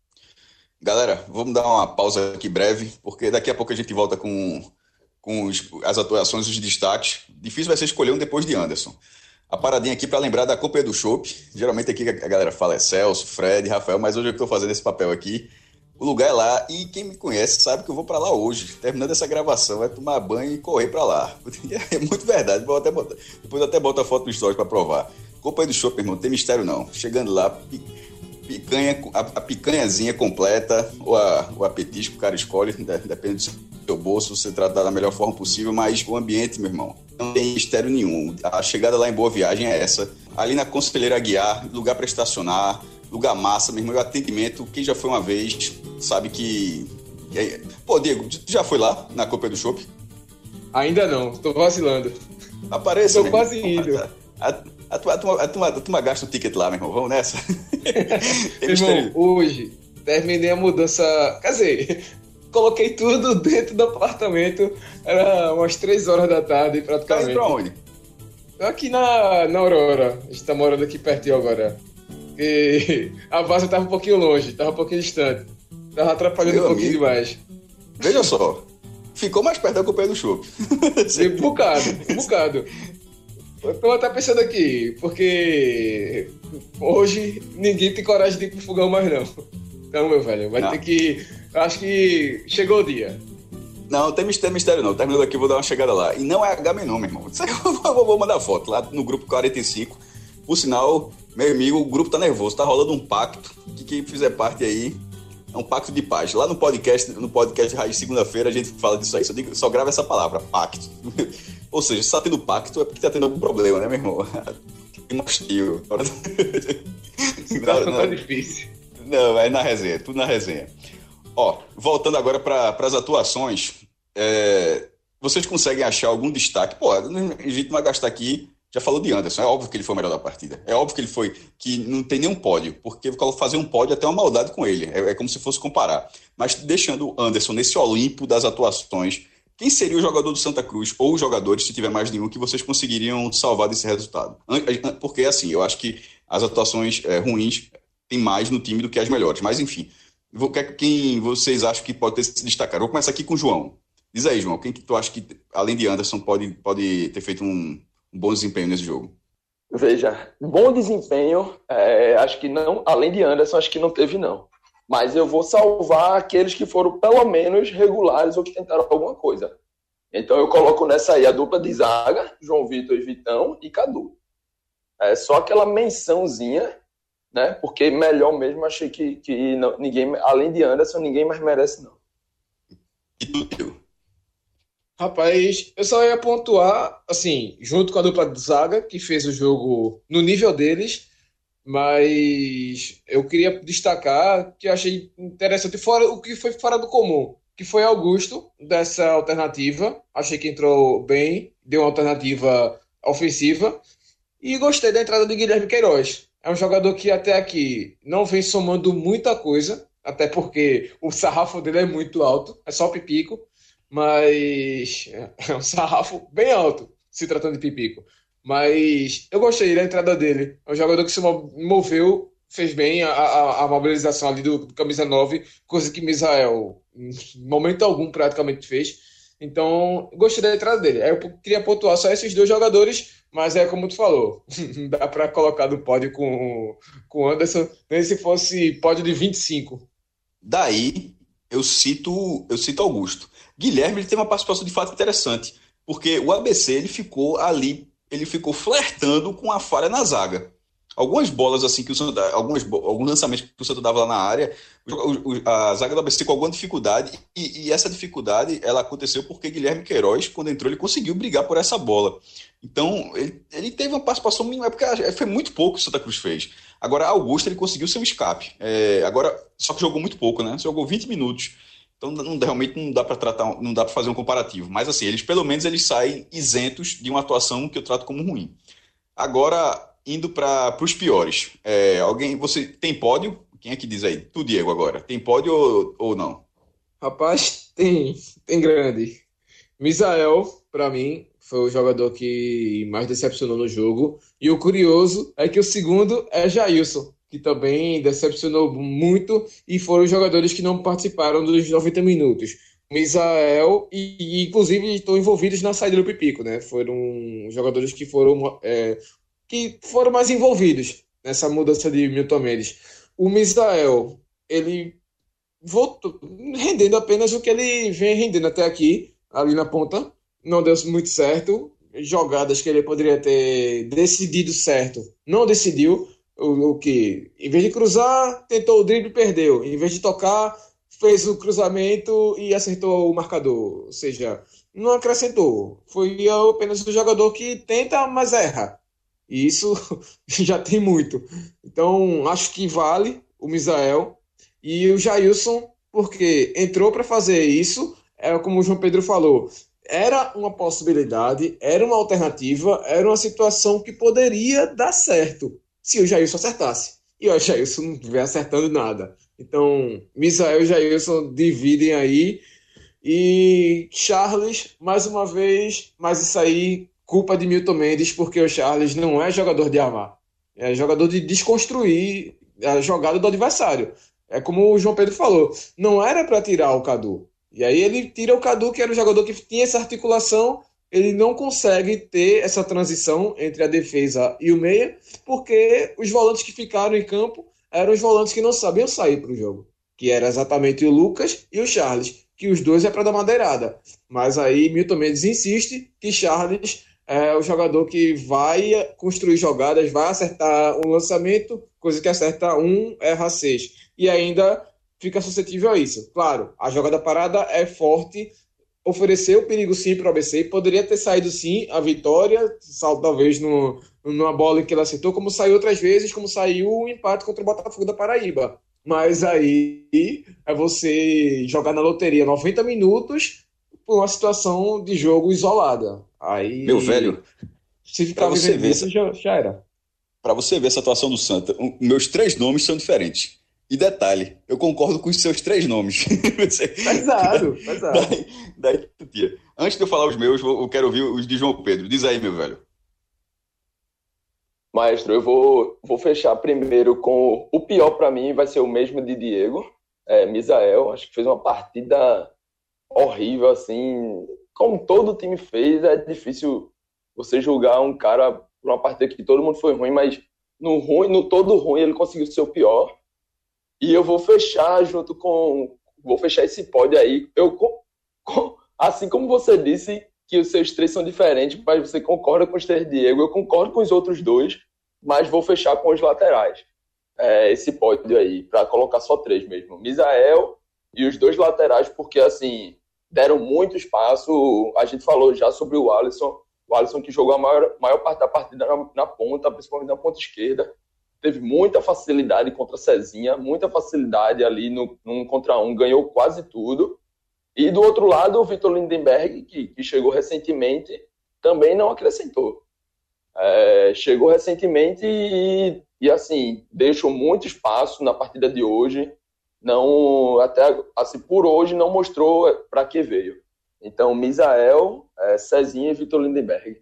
Galera, vamos dar uma pausa aqui breve, porque daqui a pouco a gente volta com... com os, as atuações, os destaques. Difícil vai ser escolher um depois de Anderson. A paradinha aqui para lembrar da Companhia do Chopp. Geralmente aqui a galera fala é Celso, Fred, Rafael, mas hoje eu estou fazendo esse papel aqui. O lugar é lá e quem me conhece sabe que eu vou para lá hoje. Terminando essa gravação, vai tomar banho e correr para lá. É muito verdade. Vou até botar, depois eu até boto a foto no story para provar. Companhia do Chopp, irmão, não tem mistério não. Chegando lá, picanha, a, a picanhazinha completa, ou a, o apetisco, o cara escolhe, depende do seu bolso, você tratar da melhor forma possível, mas o ambiente, meu irmão, não tem mistério nenhum. A chegada lá em Boa Viagem é essa. Ali na Conselheira Aguiar, lugar para estacionar, lugar massa, meu irmão, o atendimento, quem já foi uma vez, sabe que... Pô, Diego, tu já foi lá na Companhia do Chopp? Ainda não, tô vacilando. Apareça, Tô quase indo. A, a, a, a, turma, a, turma, a turma gasta o ticket lá, meu irmão, vamos nessa. Irmão, hoje terminei a mudança, quer dizer... Coloquei tudo dentro do apartamento. Era umas três horas da tarde, praticamente. Tá indo pra onde? Aqui na, na Aurora. A gente tá morando aqui pertinho agora. E a base tava um pouquinho longe, tava um pouquinho distante. Tava atrapalhando Meu um pouquinho amigo. demais. Veja só. Ficou mais perto da Companhia do Chopp. Um bocado, um bocado. Eu tô até pensando aqui, porque hoje ninguém tem coragem de ir pro fogão mais não. Então, meu velho, vai não. ter que... Acho que chegou o dia. Não, tem mistério, mistério não. Terminando aqui, vou dar uma chegada lá. E não é H M não, meu irmão. Eu vou mandar foto lá no grupo quarenta e cinco. Por sinal, meu amigo, o grupo tá nervoso. Tá rolando um pacto. Que quem fizer parte aí é um pacto de paz. Lá no podcast, no podcast Raiz segunda-feira, a gente fala disso aí. Só, digo, só grava essa palavra, pacto. Ou seja, se tá tendo pacto é porque tá tendo algum problema, né, meu irmão? Que hostil. Não, não, tá difícil. Não, é na resenha, tudo na resenha. Ó, voltando agora para as atuações, é, vocês conseguem achar algum destaque? Pô, a gente não vai gastar aqui, já falou de Anderson, é óbvio que ele foi o melhor da partida. É óbvio que ele foi, que não tem nenhum pódio, porque fazer um pódio é até uma maldade com ele, é, é como se fosse comparar. Mas deixando o Anderson nesse Olimpo das atuações, quem seria o jogador do Santa Cruz, ou os jogadores, se tiver mais nenhum, que vocês conseguiriam salvar desse resultado? Porque, assim, eu acho que as atuações é, ruins tem mais no time do que as melhores, mas enfim... Quem vocês acham que pode ter se destacado? Vou começar aqui com o João. Diz aí, João, quem que tu acha que, além de Anderson, pode, pode ter feito um, um bom desempenho nesse jogo? Veja, bom desempenho, é, acho que não, além de Anderson, acho que não teve não. Mas eu vou salvar aqueles que foram pelo menos regulares ou que tentaram alguma coisa. Então eu coloco nessa aí a dupla de zaga, João Vitor e Vitão e Cadu. É só aquela mençãozinha, né? Porque melhor mesmo, achei que, que não, ninguém, além de Anderson, ninguém mais merece, não. E tu? Rapaz, eu só ia pontuar, assim, junto com a dupla de zaga, que fez o jogo no nível deles, mas eu queria destacar que eu achei interessante fora, o que foi fora do comum, que foi Augusto, dessa alternativa. Achei que entrou bem, deu uma alternativa ofensiva. E gostei da entrada do Guilherme Queiroz. É um jogador que até aqui não vem somando muita coisa, até porque o sarrafo dele é muito alto, é só Pipico, mas é um sarrafo bem alto, se tratando de Pipico. Mas eu gostei da entrada dele. É um jogador que se moveu, fez bem a, a, a mobilização ali do, do camisa nove, coisa que Misael, em momento algum, praticamente fez. Então, gostei da entrada dele. Aí eu queria pontuar só esses dois jogadores, mas é como tu falou, não dá para colocar no pódio com, com o Anderson, nem se fosse pódio de vinte e cinco. Daí, eu cito, eu cito Augusto. Guilherme ele tem uma participação de fato interessante, porque o A B C ele ficou ali, ele ficou flertando com a falha na zaga. Algumas bolas assim que o Santos, algumas, alguns lançamentos que o Santos dava lá na área, o, o, a zaga do A B C com alguma dificuldade, e, e essa dificuldade ela aconteceu porque Guilherme Queiroz, quando entrou, ele conseguiu brigar por essa bola. Então, ele, ele teve uma participação mínima, porque foi muito pouco que o Santa Cruz fez. Agora, Augusto, ele conseguiu seu escape. É, agora, só que jogou muito pouco, né? Jogou vinte minutos. Então, não, realmente não dá para tratar, não dá para fazer um comparativo. Mas, assim, eles pelo menos eles saem isentos de uma atuação que eu trato como ruim. Agora, indo para os piores. É, alguém, você tem pódio? Quem é que diz aí? Tu, Diego, agora. Tem pódio ou, ou não? Rapaz, tem, tem grande. Misael, para mim, foi o jogador que mais decepcionou no jogo. E o curioso é que o segundo é Jailson, que também decepcionou muito e foram os jogadores que não participaram dos noventa minutos. Misael e, e inclusive, estão envolvidos na saída do Pipico, né? Foram jogadores que foram, é, que foram mais envolvidos nessa mudança de Milton Mendes. O Misael, ele voltou rendendo apenas o que ele vem rendendo até aqui, ali na ponta. Não deu muito certo. Jogadas que ele poderia ter decidido certo, não decidiu. O, o que? Em vez de cruzar, tentou o drible e perdeu. Em vez de tocar, fez o cruzamento e acertou o marcador. Ou seja, não acrescentou. Foi apenas o jogador que tenta, mas erra. E isso já tem muito. Então, acho que vale o Misael. E o Jailson, porque entrou para fazer isso, é como o João Pedro falou, era uma possibilidade, era uma alternativa, era uma situação que poderia dar certo, se o Jailson acertasse. E o Jailson não vem acertando nada. Então, Misael e Jailson dividem aí. E Charles, mais uma vez, mas isso aí, culpa de Milton Mendes, porque o Charles não é jogador de armar. É jogador de desconstruir a jogada do adversário. É como o João Pedro falou, não era para tirar o Cadu. E aí ele tira o Cadu, que era um jogador que tinha essa articulação, ele não consegue ter essa transição entre a defesa e o meia, porque os volantes que ficaram em campo eram os volantes que não sabiam sair para o jogo, que era exatamente o Lucas e o Charles, que os dois é para dar madeirada. Mas aí Milton Mendes insiste que Charles é o jogador que vai construir jogadas, vai acertar um lançamento, coisa que acerta um, erra seis. E ainda fica suscetível a isso. Claro, a jogada parada é forte, ofereceu perigo sim para o A B C, poderia ter saído sim a vitória, talvez no, numa bola em que ele acertou, como saiu outras vezes, como saiu o empate contra o Botafogo da Paraíba. Mas aí é você jogar na loteria noventa minutos por uma situação de jogo isolada. Aí, meu velho, se ficar vivendo ver isso, já, já era. Para você ver essa atuação do Santa, um, meus três nomes são diferentes. E detalhe, eu concordo com os seus três nomes. Pesado, pesado. Daí, daí, tia. Antes de eu falar os meus, eu quero ouvir os de João Pedro. Diz aí, meu velho. Maestro, eu vou, vou fechar primeiro com o pior para mim, vai ser o mesmo de Diego, é, Misael. Acho que fez uma partida horrível, assim, como todo time fez. É difícil você julgar um cara por uma partida que todo mundo foi ruim, mas no ruim, no todo ruim, ele conseguiu ser o pior. E eu vou fechar junto com... Vou fechar esse pódio aí. Eu, com, assim como você disse que os seus três são diferentes, mas você concorda com os três, Diego. Eu concordo com os outros dois, mas vou fechar com os laterais. É, esse pódio aí, para colocar só três mesmo. Misael e os dois laterais, porque, assim, deram muito espaço. A gente falou já sobre o Alisson. O Alisson que jogou a maior, maior parte da partida na, na ponta, principalmente na ponta esquerda. Teve muita facilidade contra a Cezinha, muita facilidade ali no, no um contra um, ganhou quase tudo. E do outro lado, o Vitor Lindenberg, que, que chegou recentemente, também não acrescentou. É, chegou recentemente e, e, assim, deixou muito espaço na partida de hoje. Não, até assim, por hoje não mostrou para que veio. Então, Misael, é, Cezinha e Vitor Lindenberg.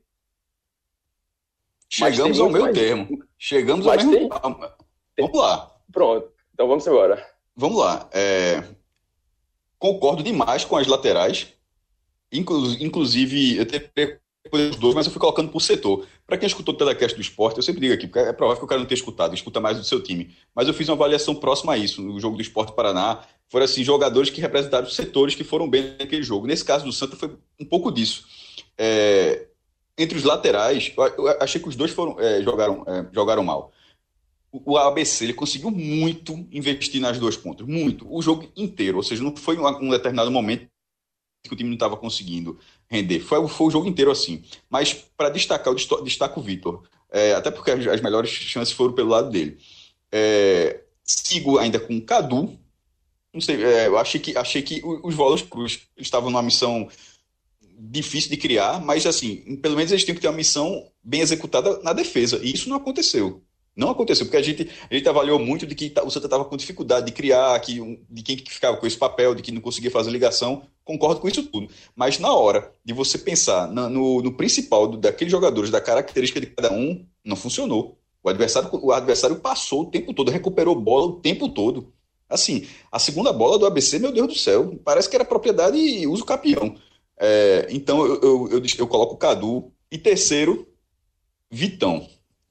Chegamos ao meu mais... termo. Chegamos ao mesmo... Tem... Vamos lá. Pronto, então vamos embora. Vamos lá. É... Concordo demais com as laterais. Inclu... Inclusive, eu teria os dois, mas eu fui colocando por setor. Para quem escutou o telecast do esporte, eu sempre digo aqui, porque é provável que o cara não tenha escutado, escuta mais do seu time. Mas eu fiz uma avaliação próxima a isso, no jogo do Sport Paraná. Foram assim, jogadores que representaram os setores que foram bem naquele jogo. Nesse caso do Santa foi um pouco disso. É... Entre os laterais, eu achei que os dois foram, é, jogaram, é, jogaram mal. O, o A B C ele conseguiu muito investir nas duas pontas, muito, o jogo inteiro. Ou seja, não foi um, um determinado momento que o time não estava conseguindo render. Foi, foi o jogo inteiro assim. Mas, para destacar, eu destaco o Vitor. É, até porque as, as melhores chances foram pelo lado dele. É, sigo ainda com o Cadu. Não sei, é, eu achei que, achei que os Volos Cruz estavam numa missão difícil de criar, mas assim, pelo menos eles tinham que ter uma missão bem executada na defesa, e isso não aconteceu. Não aconteceu, porque a gente, a gente avaliou muito de que o Santa estava com dificuldade de criar, que, de quem que ficava com esse papel, de que não conseguia fazer ligação. Concordo com isso tudo. Mas na hora de você pensar na, no, no principal do, daqueles jogadores, da característica de cada um, não funcionou. O adversário, o adversário passou o tempo todo, recuperou bola o tempo todo. Assim, a segunda bola do A B C, meu Deus do céu, parece que era propriedade e uso capião. É, então eu, eu, eu, eu coloco o Cadu. E terceiro, Vitão.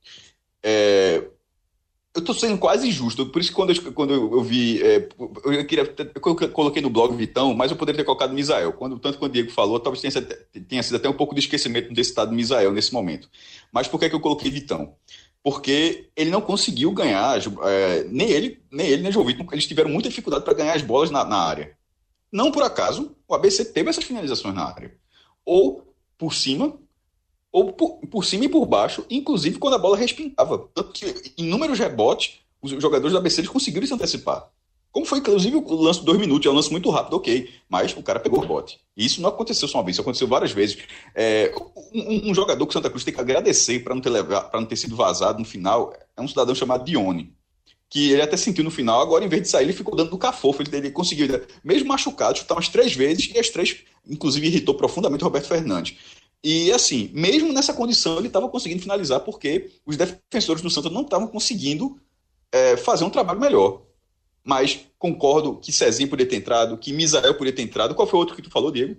É, eu estou sendo quase injusto, por isso que quando eu, quando eu, eu vi, é, eu, queria, eu coloquei no blog Vitão, mas eu poderia ter colocado Misael. Quando, tanto quando o Diego falou, talvez tenha, tenha sido até um pouco de esquecimento desse estado de Misael nesse momento. Mas por que, é que eu coloquei Vitão? Porque ele não conseguiu ganhar, é, nem ele, nem ele, nem João Vitor, eles tiveram muita dificuldade para ganhar as bolas na, na área. Não por acaso, o A B C teve essas finalizações na área. Ou por cima, ou por, por cima e por baixo, inclusive quando a bola respingava. Tanto que, em inúmeros rebotes, os jogadores do A B C eles conseguiram se antecipar. Como foi, inclusive, o lance de dois minutos, é um lance muito rápido, ok. Mas o cara pegou o rebote. E isso não aconteceu só uma vez, isso aconteceu várias vezes. É, um, um jogador que o Santa Cruz tem que agradecer para não, não ter sido vazado no final é um cidadão chamado Dione, que ele até sentiu no final, agora em vez de sair, ele ficou dando do cafofo, ele, ele conseguiu, mesmo machucado, chutar umas três vezes, e as três, inclusive, irritou profundamente o Roberto Fernandes. E assim, mesmo nessa condição, ele estava conseguindo finalizar, porque os defensores do Santa não estavam conseguindo é, fazer um trabalho melhor. Mas concordo que Cezinha poderia ter entrado, que Misael poderia ter entrado. Qual foi o outro que tu falou, Diego?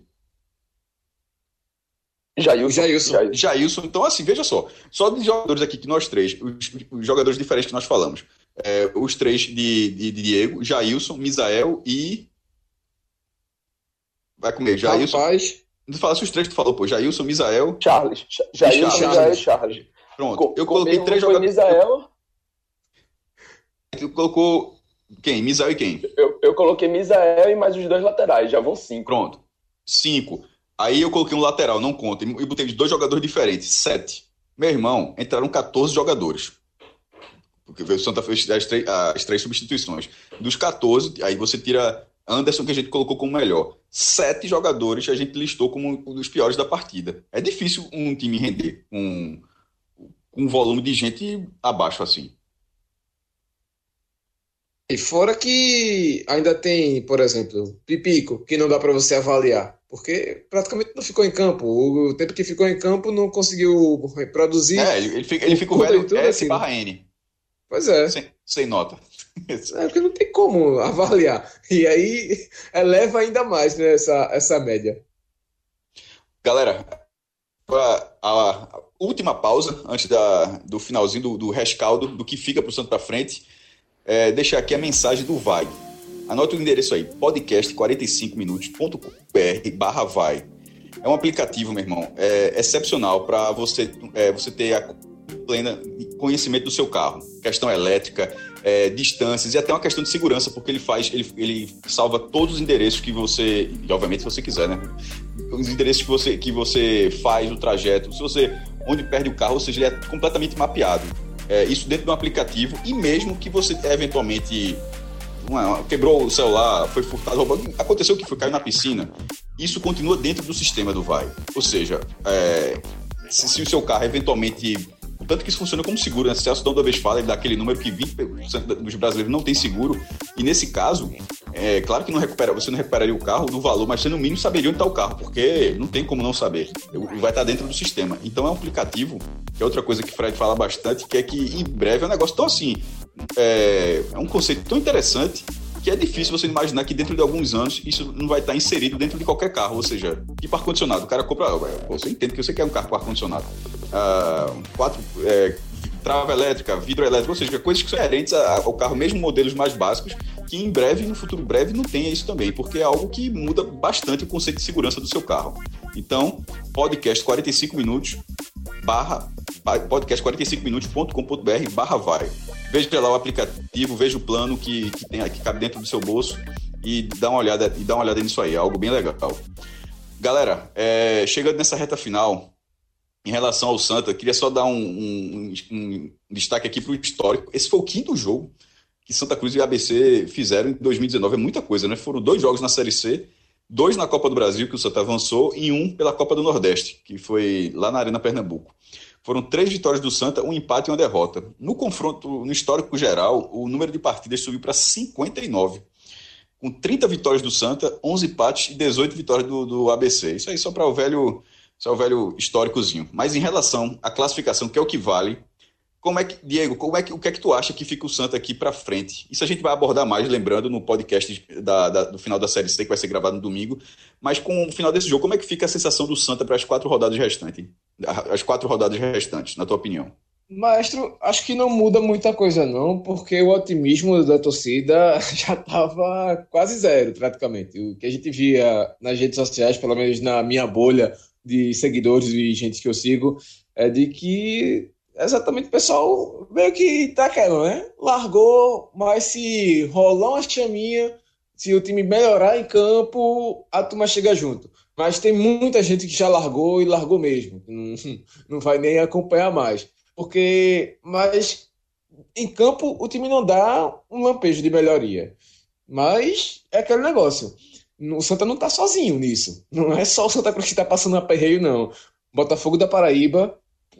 Jailson. Jailson. Jailson. Jailson. Então, assim, veja só. Só de jogadores aqui que nós três, os, os jogadores diferentes que nós falamos, É, os três de, de, de Diego, Jailson, Misael e... Vai comer, Jailson. Rapaz. Não fala se os três que tu falou, pô. Jailson, Misael... Charles. Jailson, Misael e Charles. Pronto. Co- eu coloquei três jogadores... Misael... Tu colocou quem? Misael e quem? Eu, eu coloquei Misael e mais os dois laterais. Já vão cinco. Pronto. Cinco. Aí eu coloquei um lateral, não conta. E botei dois jogadores diferentes. Sete. Meu irmão, entraram catorze jogadores. Porque o Santa fez as três, as três substituições. Dos catorze, aí você tira Anderson, que a gente colocou como melhor. Sete jogadores a gente listou como um dos piores da partida. É difícil um time render com um, um volume de gente abaixo assim. E fora que ainda tem, por exemplo, Pipico, que não dá para você avaliar, porque praticamente não ficou em campo. O tempo que ficou em campo não conseguiu reproduzir. É, ele, ele fica, ele fica o velho S barra N. Pois é. Sem, sem nota. É porque não tem como avaliar. E aí eleva ainda mais, né, essa, essa média. Galera, a, a última pausa antes da, do finalzinho do, do rescaldo, do que fica para o Santo para frente, é deixar aqui a mensagem do Vai. Anota o endereço aí, podcast quarenta e cinco minutos ponto com ponto b r barra vai. É um aplicativo, meu irmão, é excepcional para você, é, você ter a plena conhecimento do seu carro. Questão elétrica, é, distâncias e até uma questão de segurança, porque ele faz, ele, ele salva todos os endereços que você, e obviamente se você quiser, né? Os endereços que você, que você faz o trajeto, se você, onde perde o carro, ou seja, ele é completamente mapeado. É, isso dentro de um aplicativo, e mesmo que você eventualmente uma, quebrou o celular, foi furtado, roubado, aconteceu o que foi, caiu na piscina, isso continua dentro do sistema do Vai. Ou seja, é, se, se o seu carro eventualmente... Tanto que isso funciona como seguro, né? Se a toda vez fala, ele dá aquele número que vinte por cento dos brasileiros não tem seguro. E nesse caso, é claro que não recupera, você não recuperaria o carro no valor, mas você no mínimo saberia onde está o carro, porque não tem como não saber. Vai estar dentro do sistema. Então é um aplicativo, que é outra coisa que o Fred fala bastante, que é que em breve é um negócio tão assim, é, é um conceito tão interessante que é difícil você imaginar que dentro de alguns anos isso não vai estar inserido dentro de qualquer carro, ou seja, tipo ar-condicionado. O cara compra, você entende que você quer um carro com ar-condicionado. Uh, quatro, é, trava elétrica, vidro elétrico, ou seja, coisas que são inerentes ao carro, mesmo modelos mais básicos, que em breve, no futuro breve, não tenha isso também, porque é algo que muda bastante o conceito de segurança do seu carro. Então, podcast quarenta e cinco minutos, barra, podcast quarenta e cinco minutos ponto com ponto b r barra vai. Veja lá o aplicativo, veja o plano que, que, tem, que cabe dentro do seu bolso e dá uma olhada, e dá uma olhada nisso aí, é algo bem legal. Galera, é, chegando nessa reta final, em relação ao Santa, queria só dar um, um, um destaque aqui para o histórico. Esse foi o quinto jogo que Santa Cruz e A B C fizeram em dois mil e dezenove. É muita coisa, né? Foram dois jogos na Série C, dois na Copa do Brasil, que o Santa avançou, e um pela Copa do Nordeste, que foi lá na Arena Pernambuco. Foram três vitórias do Santa, um empate e uma derrota. No confronto, no histórico geral, o número de partidas subiu para cinquenta e nove. Com trinta vitórias do Santa, onze empates e dezoito vitórias do, do A B C. Isso aí só para o velho... Isso é o velho históricozinho. Mas em relação à classificação, que é o que vale, como é que, Diego, como é que, o que é que tu acha que fica o Santa aqui para frente? Isso a gente vai abordar mais, lembrando, no podcast da, da, do final da Série C, que vai ser gravado no domingo. Mas com o final desse jogo, como é que fica a sensação do Santa para as quatro rodadas restantes? As quatro rodadas restantes, na tua opinião? Maestro, acho que não muda muita coisa não, porque o otimismo da torcida já estava quase zero, praticamente. O que a gente via nas redes sociais, pelo menos na minha bolha de seguidores e gente que eu sigo, é de que exatamente o pessoal meio que tá querendo, né? Largou, mas se rolar uma chaminha, se o time melhorar em campo, a turma chega junto. Mas tem muita gente que já largou e largou mesmo. Não, não vai nem acompanhar mais. Porque, mas em campo o time não dá um lampejo de melhoria. Mas é aquele negócio. O Santa não está sozinho nisso. Não é só o Santa Cruz que está passando aperreio, não. Botafogo da Paraíba,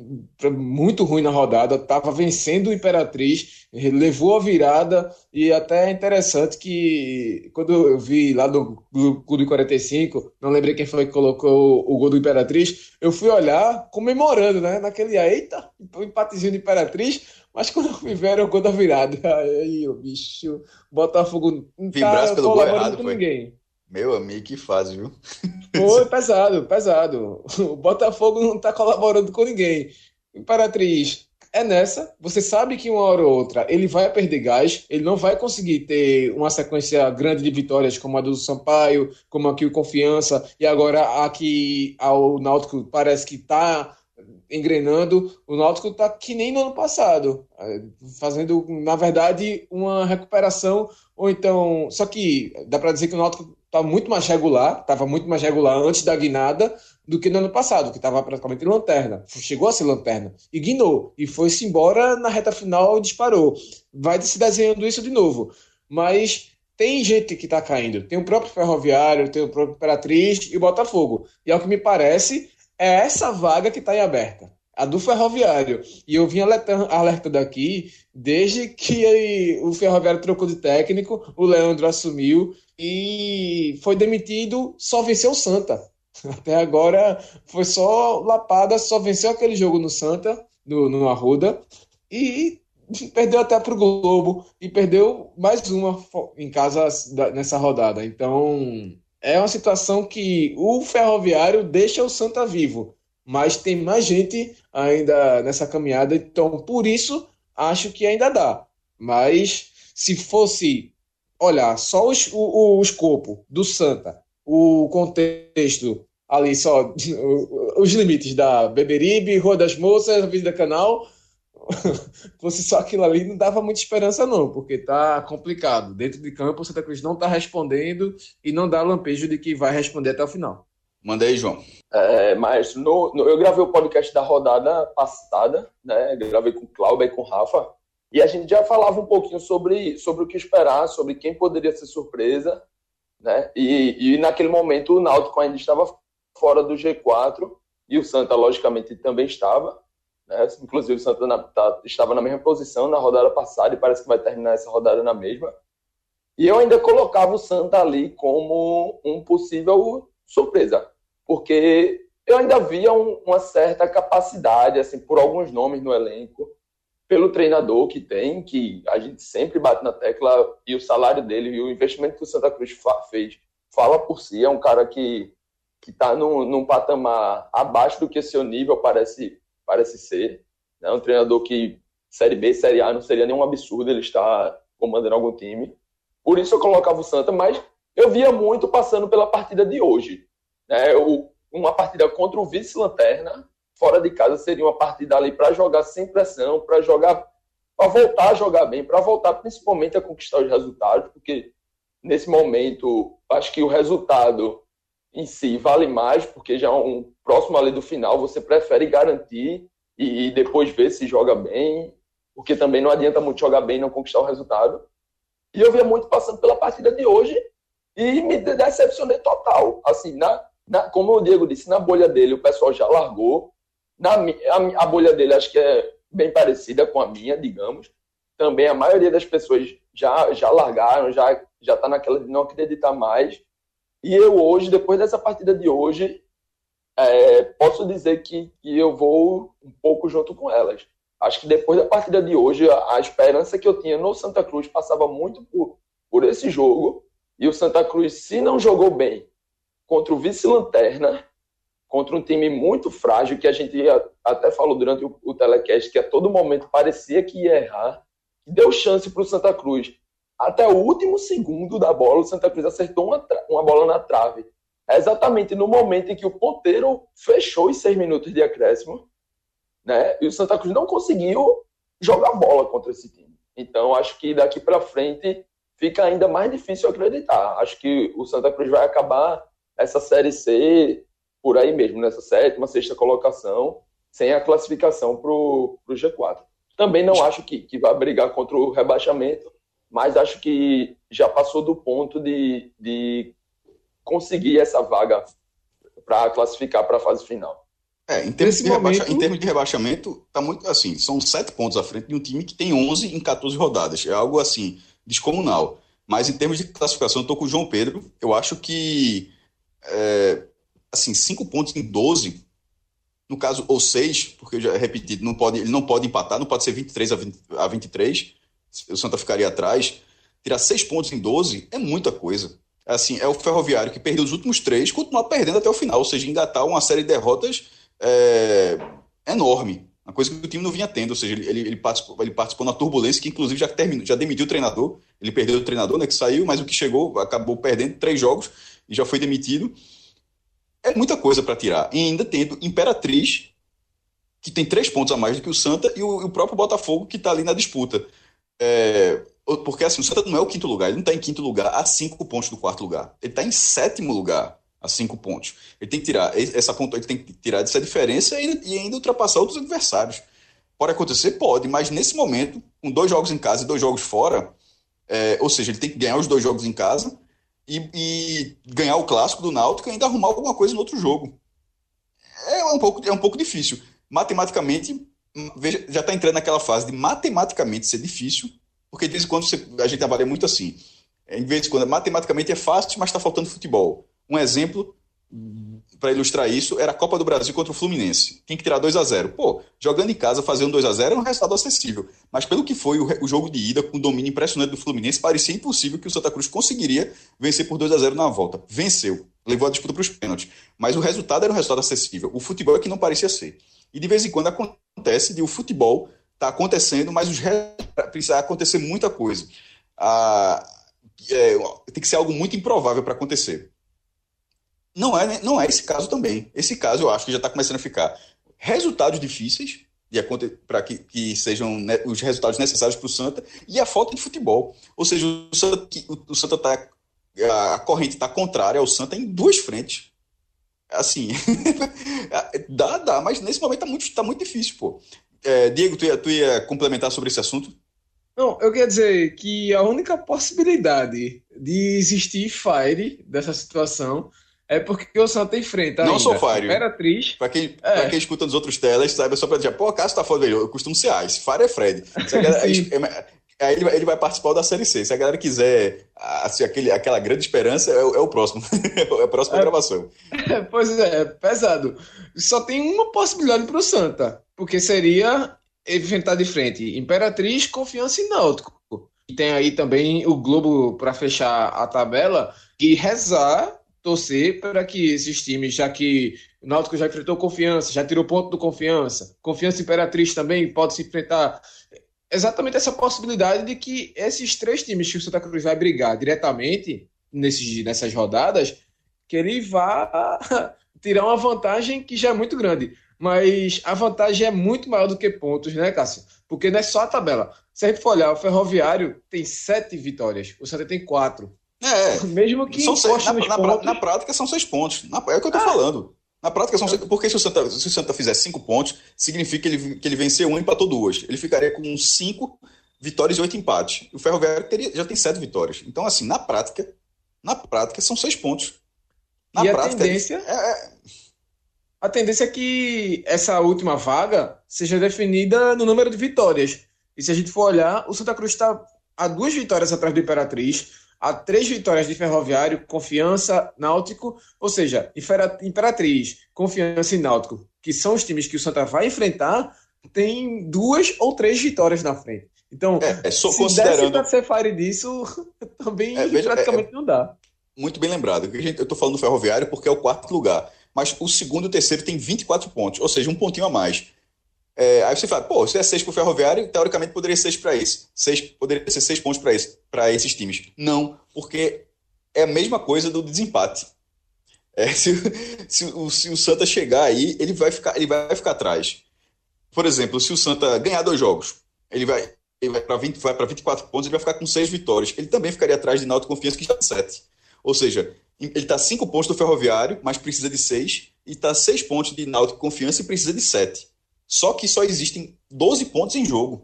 muito ruim na rodada, estava vencendo o Imperatriz, levou a virada, e até é interessante que quando eu vi lá do, do Clube quarenta e cinco, não lembrei quem foi que colocou o, o gol do Imperatriz, eu fui olhar comemorando, né? Naquele, eita, o empatezinho do Imperatriz, mas quando me viram o gol da virada, aí o bicho, Botafogo não tá colaborando com ninguém. Meu amigo, que fase, viu? Foi pesado, pesado. O Botafogo não está colaborando com ninguém. Imperatriz é nessa. Você sabe que uma hora ou outra ele vai perder gás, ele não vai conseguir ter uma sequência grande de vitórias como a do Sampaio, como aqui o Confiança, e agora aqui o Náutico parece que está engrenando. O Náutico está que nem no ano passado, fazendo, na verdade, uma recuperação, ou então... Só que dá para dizer que o Náutico está muito mais regular, estava muito mais regular antes da guinada do que no ano passado, que estava praticamente lanterna. Chegou a ser lanterna, e guinou, e foi-se embora na reta final e disparou. Vai se desenhando isso de novo. Mas tem gente que está caindo. Tem o próprio Ferroviário, tem o próprio Imperatriz e o Botafogo. E ao que me parece, é essa vaga que está em aberta, a do Ferroviário. E eu vim alertando, alertando aqui desde que o Ferroviário trocou de técnico, o Leandro assumiu e foi demitido, só venceu o Santa. Até agora foi só lapada, só venceu aquele jogo no Santa, no, no Arruda, e perdeu até para o Globo, e perdeu mais uma em casa nessa rodada. Então é uma situação que o Ferroviário deixa o Santa vivo, mas tem mais gente ainda nessa caminhada, então por isso acho que ainda dá. Mas se fosse olhar só os, o, o escopo do Santa, o contexto ali, só os limites da Beberibe, Rua das Moças, Avenida Canal, fosse só aquilo ali, não dava muita esperança não, porque tá complicado. Dentro de campo o Santa Cruz não tá respondendo e não dá lampejo de que vai responder até o final. Manda aí, João. É, mas no, no, eu gravei o podcast da rodada passada, né? Eu gravei com o Cláudio e com o Rafa, e a gente já falava um pouquinho sobre, sobre o que esperar, sobre quem poderia ser surpresa, né? E, e naquele momento o Náutico ainda estava fora do G quatro, e o Santa, logicamente, também estava. Né? Inclusive, o Santa na, tá, estava na mesma posição na rodada passada e parece que vai terminar essa rodada na mesma. E eu ainda colocava o Santa ali como um possível surpresa, porque eu ainda via um, uma certa capacidade, assim, por alguns nomes no elenco, pelo treinador que tem, que a gente sempre bate na tecla, e o salário dele e o investimento que o Santa Cruz fa- fez fala por si. É um cara que que está num, num patamar abaixo do que seu nível parece, parece ser. É né? Um treinador que Série B, Série A não seria nenhum absurdo ele estar comandando algum time. Por isso eu colocava o Santa, mas eu via muito passando pela partida de hoje. Né? O, uma partida contra o vice-lanterna, fora de casa, seria uma partida ali para jogar sem pressão, para jogar, para voltar a jogar bem, para voltar principalmente a conquistar os resultados, porque nesse momento, acho que o resultado em si vale mais, porque já um próximo ali do final você prefere garantir e, e depois ver se joga bem, porque também não adianta muito jogar bem e não conquistar o resultado. E eu via muito passando pela partida de hoje e me decepcionei total. Assim, na, na, como o Diego disse, na bolha dele o pessoal já largou. Na, a, a bolha dele acho que é bem parecida com a minha, digamos. Também a maioria das pessoas já, já largaram, já já está naquela de não acreditar mais. E eu hoje, depois dessa partida de hoje, é, posso dizer que, que eu vou um pouco junto com elas. Acho que depois da partida de hoje, a, a esperança que eu tinha no Santa Cruz passava muito por, por esse jogo. E o Santa Cruz, se não jogou bem contra o vice-lanterna, contra um time muito frágil, que a gente até falou durante o, o telecast, que a todo momento parecia que ia errar, deu chance para o Santa Cruz. Até o último segundo da bola, o Santa Cruz acertou uma, tra- uma bola na trave. É exatamente no momento em que o ponteiro fechou os seis minutos de acréscimo, né? E o Santa Cruz não conseguiu jogar bola contra esse time. Então, acho que daqui para frente fica ainda mais difícil acreditar. Acho que o Santa Cruz vai acabar essa Série C por aí mesmo, nessa sétima, sexta colocação, sem a classificação para o G quatro. Também não acho que, que vai brigar contra o rebaixamento, mas acho que já passou do ponto de, de conseguir essa vaga para classificar para a fase final. É, em termos, de momento... rebaixa... em termos de rebaixamento, tá muito assim, são sete pontos à frente de um time que tem onze em catorze rodadas. É algo assim, descomunal. Mas em termos de classificação, eu estou com o João Pedro. Eu acho que é, assim, cinco pontos em doze, no caso, ou seis, porque eu já repeti, não pode, ele não pode empatar, não pode ser vinte e três a vinte e três. O Santa ficaria atrás. Tirar seis pontos em doze é muita coisa. Assim, é o Ferroviário que perdeu os últimos três, continuar perdendo até o final, ou seja, engatar uma série de derrotas é, enorme. Uma coisa que o time não vinha tendo, ou seja, ele, ele, participou, ele participou na turbulência, que inclusive já, terminou, já demitiu o treinador. Ele perdeu o treinador, né, que saiu, mas o que chegou acabou perdendo três jogos e já foi demitido. É muita coisa para tirar. E ainda tendo Imperatriz, que tem três pontos a mais do que o Santa, e o, o próprio Botafogo, que está ali na disputa. É, porque assim, o Santa não é o quinto lugar, ele não está em quinto lugar a cinco pontos do quarto lugar, ele está em sétimo lugar a cinco pontos. Ele tem que tirar essa ponta, ele tem que tirar dessa diferença e, e ainda ultrapassar outros adversários. Pode acontecer? Pode, mas nesse momento, com dois jogos em casa e dois jogos fora, é, ou seja, ele tem que ganhar os dois jogos em casa e, e ganhar o clássico do Náutico e ainda arrumar alguma coisa no outro jogo. É um pouco, é um pouco difícil. Matematicamente, veja, já está entrando naquela fase de matematicamente ser difícil, porque de vez em quando você, a gente avalia muito assim. Em vez de quando matematicamente é fácil, mas está faltando futebol. Um exemplo para ilustrar isso era a Copa do Brasil contra o Fluminense. Tem que tirar dois a zero. Pô, jogando em casa, fazer um dois a zero é um resultado acessível. Mas pelo que foi o, o jogo de ida, com o domínio impressionante do Fluminense, parecia impossível que o Santa Cruz conseguiria vencer por dois a zero na volta. Venceu. Levou a disputa para os pênaltis. Mas o resultado era um resultado acessível. O futebol é que não parecia ser. E de vez em quando acontece de o futebol tá acontecendo, mas os precisa acontecer muita coisa. Ah, é, tem que ser algo muito improvável para acontecer. Não é, não é esse caso também. Esse caso eu acho que já está começando a ficar resultados difíceis para que, que sejam né, os resultados necessários para o Santa e a falta de futebol. Ou seja, o Santa, o Santa tá, a corrente está contrária ao Santa em duas frentes. Assim, dá, dá, mas nesse momento está muito, tá muito difícil, pô. É, Diego, tu ia, tu ia complementar sobre esse assunto? Não, eu queria dizer que a única possibilidade de existir Fire dessa situação É porque o Santa enfrenta Não ainda sou Fire. Imperatriz. Pra quem, É. pra quem escuta nos outros telas, sabe, é só pra dizer, pô, Cássio tá foda, eu costumo ser Ice, Fire é Fred. Se a galera- Sim. Aí ele vai, ele vai participar da Série C. Se a galera quiser assim, aquele, aquela grande esperança, é, o- é o próximo. É a próxima É. gravação. Pois é, pesado. Só tem uma possibilidade para o Santa, porque seria enfrentar de frente Imperatriz, Confiança e Náutico. E tem aí também o Globo para fechar a tabela e rezar, torcer para que esses times, já que o Náutico já enfrentou Confiança, já tirou ponto do Confiança, Confiança e Imperatriz também pode se enfrentar. Exatamente essa possibilidade de que esses três times que o Santa Cruz vai brigar diretamente nesses, nessas rodadas, que ele vá tirar uma vantagem que já é muito grande. Mas a vantagem é muito maior do que pontos, né, Cássio? Porque não é só a tabela. Se a gente for olhar, o Ferroviário tem sete vitórias, o Santa tem quatro. É, Mesmo que são seis, encoste na, nos na, pontos... na prática são seis pontos. Na- é o que eu tô falando. Na prática são seis, porque se o, Santa, se o Santa fizer cinco pontos, significa que ele, que ele venceu um e empatou duas. Ele ficaria com cinco vitórias e oito empates. O Ferroviário teria, já tem sete vitórias. Então, assim, na prática, na prática são seis pontos. Na E a prática, tendência- é, é- A tendência é que essa última vaga seja definida no número de vitórias. E se a gente for olhar, o Santa Cruz está a duas vitórias atrás do Imperatriz, a três vitórias de Ferroviário, Confiança, Náutico. Ou seja, Impera- Imperatriz, Confiança e Náutico, que são os times que o Santa vai enfrentar, tem duas ou três vitórias na frente. Então, é, é só se considerando. desse para ser fire disso, também É, veja, praticamente não dá. Muito bem lembrado. Eu estou falando do Ferroviário porque é o quarto lugar. Mas o segundo e o terceiro tem vinte e quatro pontos, ou seja, um pontinho a mais. É, aí você fala, pô, se é seis para o Ferroviário, teoricamente poderia ser seis para esse. Seis, poderia ser seis pontos para esse, para esses times. Não, porque é a mesma coisa do desempate. É, se, se, o, se o Santa chegar aí, ele vai ficar, ele vai ficar atrás. Por exemplo, se o Santa ganhar dois jogos, ele vai, ele vai para vinte, vai para vinte e quatro pontos, ele vai ficar com seis vitórias. Ele também ficaria atrás de Náutico Confiança, que está com sete. Ou seja, ele está cinco pontos do Ferroviário, mas precisa de seis, e está seis pontos de Náutico Confiança e precisa de sete. Só que só existem doze pontos em jogo.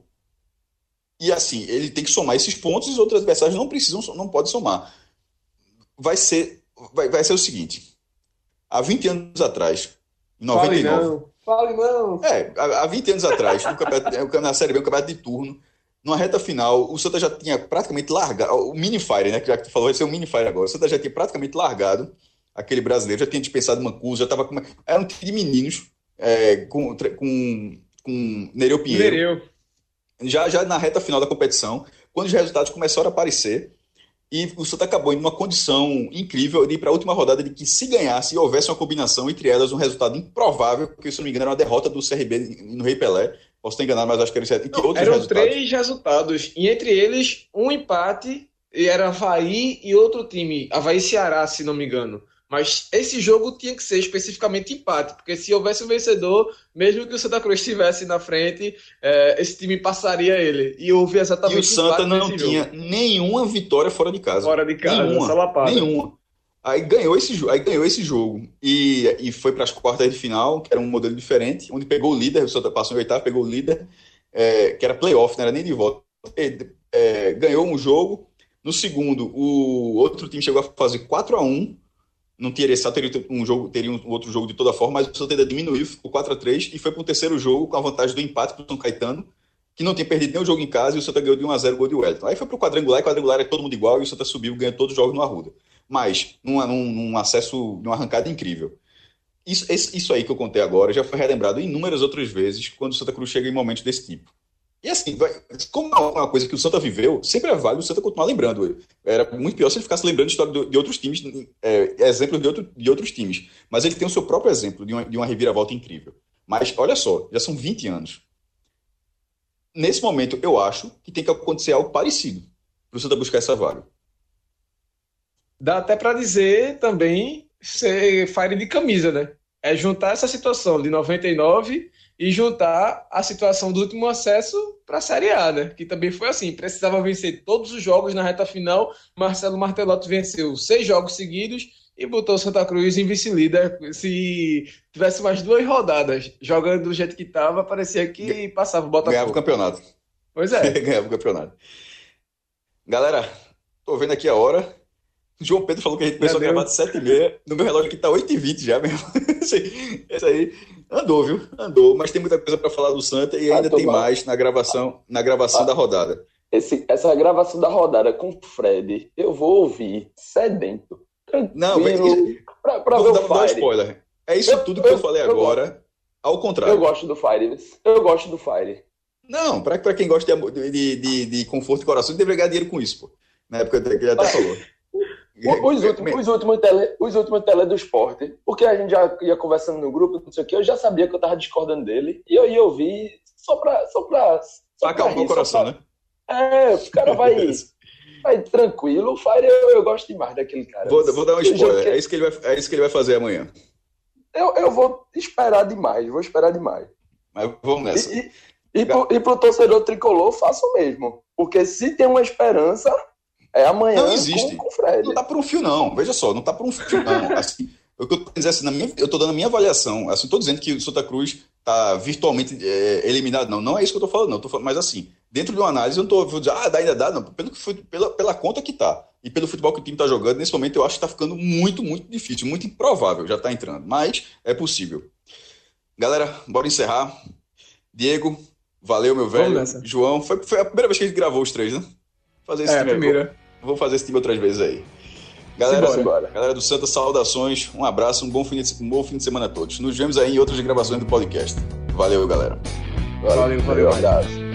E assim, ele tem que somar esses pontos e os outros adversários não precisam, não podem somar. Vai ser, vai, vai ser o seguinte: há vinte anos atrás, em noventa e nove. Fale não, fale não. É, há há vinte anos atrás, no campeonato, na Série B, um campeonato de turno, numa reta final, o Santa já tinha praticamente largado, o mini fire, né, que já que tu falou, vai ser um mini fire agora, o Santa já tinha praticamente largado aquele brasileiro, já tinha dispensado Mancuso, já estava com... Era um time de meninos, é, com, com, com Nereu Pinheiro, Nereu. já, já na reta final da competição, quando os resultados começaram a aparecer, e o Santa acabou em uma condição incrível de ir para a última rodada de que, se ganhasse e houvesse uma combinação entre elas, um resultado improvável, porque, se não me engano, era uma derrota do C R B no Rei Pelé. Posso estar enganado, mas acho que era certo. E que Não, outros eram resultados. três resultados, e entre eles, um empate, e era Avaí e outro time, Avaí e Ceará, se não me engano. Mas esse jogo tinha que ser especificamente empate, porque se houvesse um vencedor, mesmo que o Santa Cruz estivesse na frente, é, esse time passaria ele. E houve exatamente E o Santa empate não nesse tinha jogo. nenhuma vitória fora de casa. Fora de casa, nenhuma, só lapada. nenhuma. Aí ganhou esse, jo- aí ganhou esse jogo e, e foi para as quartas de final, que era um modelo diferente, onde pegou o líder, o Santa passou em oitavo, pegou o líder, é, que era playoff, não era nem de volta. E, é, ganhou um jogo. No segundo, o outro time chegou a fazer quatro a um. Não teria, só teria um jogo, teria um outro jogo de toda forma, mas o Santa ainda diminuiu, ficou quatro a três e foi para o terceiro jogo com a vantagem do empate para o São Caetano, que não tinha perdido nenhum jogo em casa, e o Santa ganhou de um a zero o gol de Wellington. Aí foi para o quadrangular, e quadrangular é todo mundo igual, e o Santa subiu, ganhou todos os jogos no Arruda. Mas num, num, num acesso, numa arrancada incrível. Isso, esse- isso aí que eu contei agora já foi relembrado inúmeras outras vezes quando o Santa Cruz chega em momentos desse tipo. E assim, vai- como é uma coisa que o Santa viveu, sempre é válido o Santa continuar lembrando. Era muito pior se ele ficasse lembrando de história do- de outros times, é, exemplos de, outro- de outros times. Mas ele tem o seu próprio exemplo de uma, de uma reviravolta incrível. Mas olha só, já são vinte anos. Nesse momento, eu acho que tem que acontecer algo parecido para o Santa buscar essa vaga. Dá até para dizer também ser fire de camisa, né? É juntar essa situação de noventa e nove e juntar a situação do último acesso para a Série A, né? Que também foi assim, precisava vencer todos os jogos na reta final. Marcelo Martelotto venceu seis jogos seguidos e botou o Santa Cruz em vice-líder. Se tivesse mais duas rodadas jogando do jeito que estava, parecia que passava o Ganhava o Botafogo. campeonato. Pois é. Ganhava o campeonato. Galera, tô vendo aqui a hora. João Pedro falou que a gente começou a gravar de sete e meia. No meu relógio aqui tá oito e vinte já mesmo. Esse aí andou, viu? Andou. Mas tem muita coisa para falar do Santa e ainda ah, tem mal. mais na gravação, na gravação ah, da rodada. Esse, essa gravação da rodada com o Fred, eu vou ouvir sedento. Não, pra, pra vou ver dar, o Fire. Dar um spoiler. É isso eu, tudo que eu, eu falei eu agora, gosto. Ao contrário. Eu gosto do Fire. Eu gosto do Fire. Não, para quem gosta de, de, de, de conforto e coração, deveria ganhar dinheiro com isso, pô. Na época que ele até falou. Os últimos, os, últimos tele, os últimos tele do esporte, porque a gente já ia conversando no grupo, não sei o que, eu já sabia que eu tava discordando dele, e eu ia ouvir só pra... Só pra, só pra acalmar o coração, pra, né? É, o cara vai, vai tranquilo, o Fire eu, eu gosto demais daquele cara. Vou, vou dar um spoiler, que... é, isso que ele vai, é isso que ele vai fazer amanhã. Eu, eu vou esperar demais, vou esperar demais. Mas vamos nessa. E, e, e, pro, e pro torcedor tricolor, faço o mesmo, porque se tem uma esperança... É amanhã não existe. Com, com o Fred. Não tá por um fio, não. Veja só, não tá por um fio, não. Assim, eu, tô dizendo assim, na minha, eu tô dando a minha avaliação. Assim, tô dizendo que o Santa Cruz tá virtualmente é, eliminado. Não, não é isso que eu tô falando, não. Tô falando, mas assim, dentro de uma análise, eu não tô vou dizer, ah, dá, ainda dá, não. Pelo que foi, pela, pela conta que tá. E pelo futebol que o time tá jogando, nesse momento eu acho que tá ficando muito, muito difícil, muito improvável já tá entrando. Mas é possível. Galera, bora encerrar. Diego, valeu, meu velho. João, foi, foi a primeira vez que a gente gravou os três, né? Fazer esse é, time a primeira. Vou fazer esse time outras vezes aí. Galera, Simbora. galera do Santa, saudações, um abraço, um bom, fim de, um bom fim de semana a todos. Nos vemos aí em outras gravações do podcast. Valeu, galera. Valeu, valeu. valeu.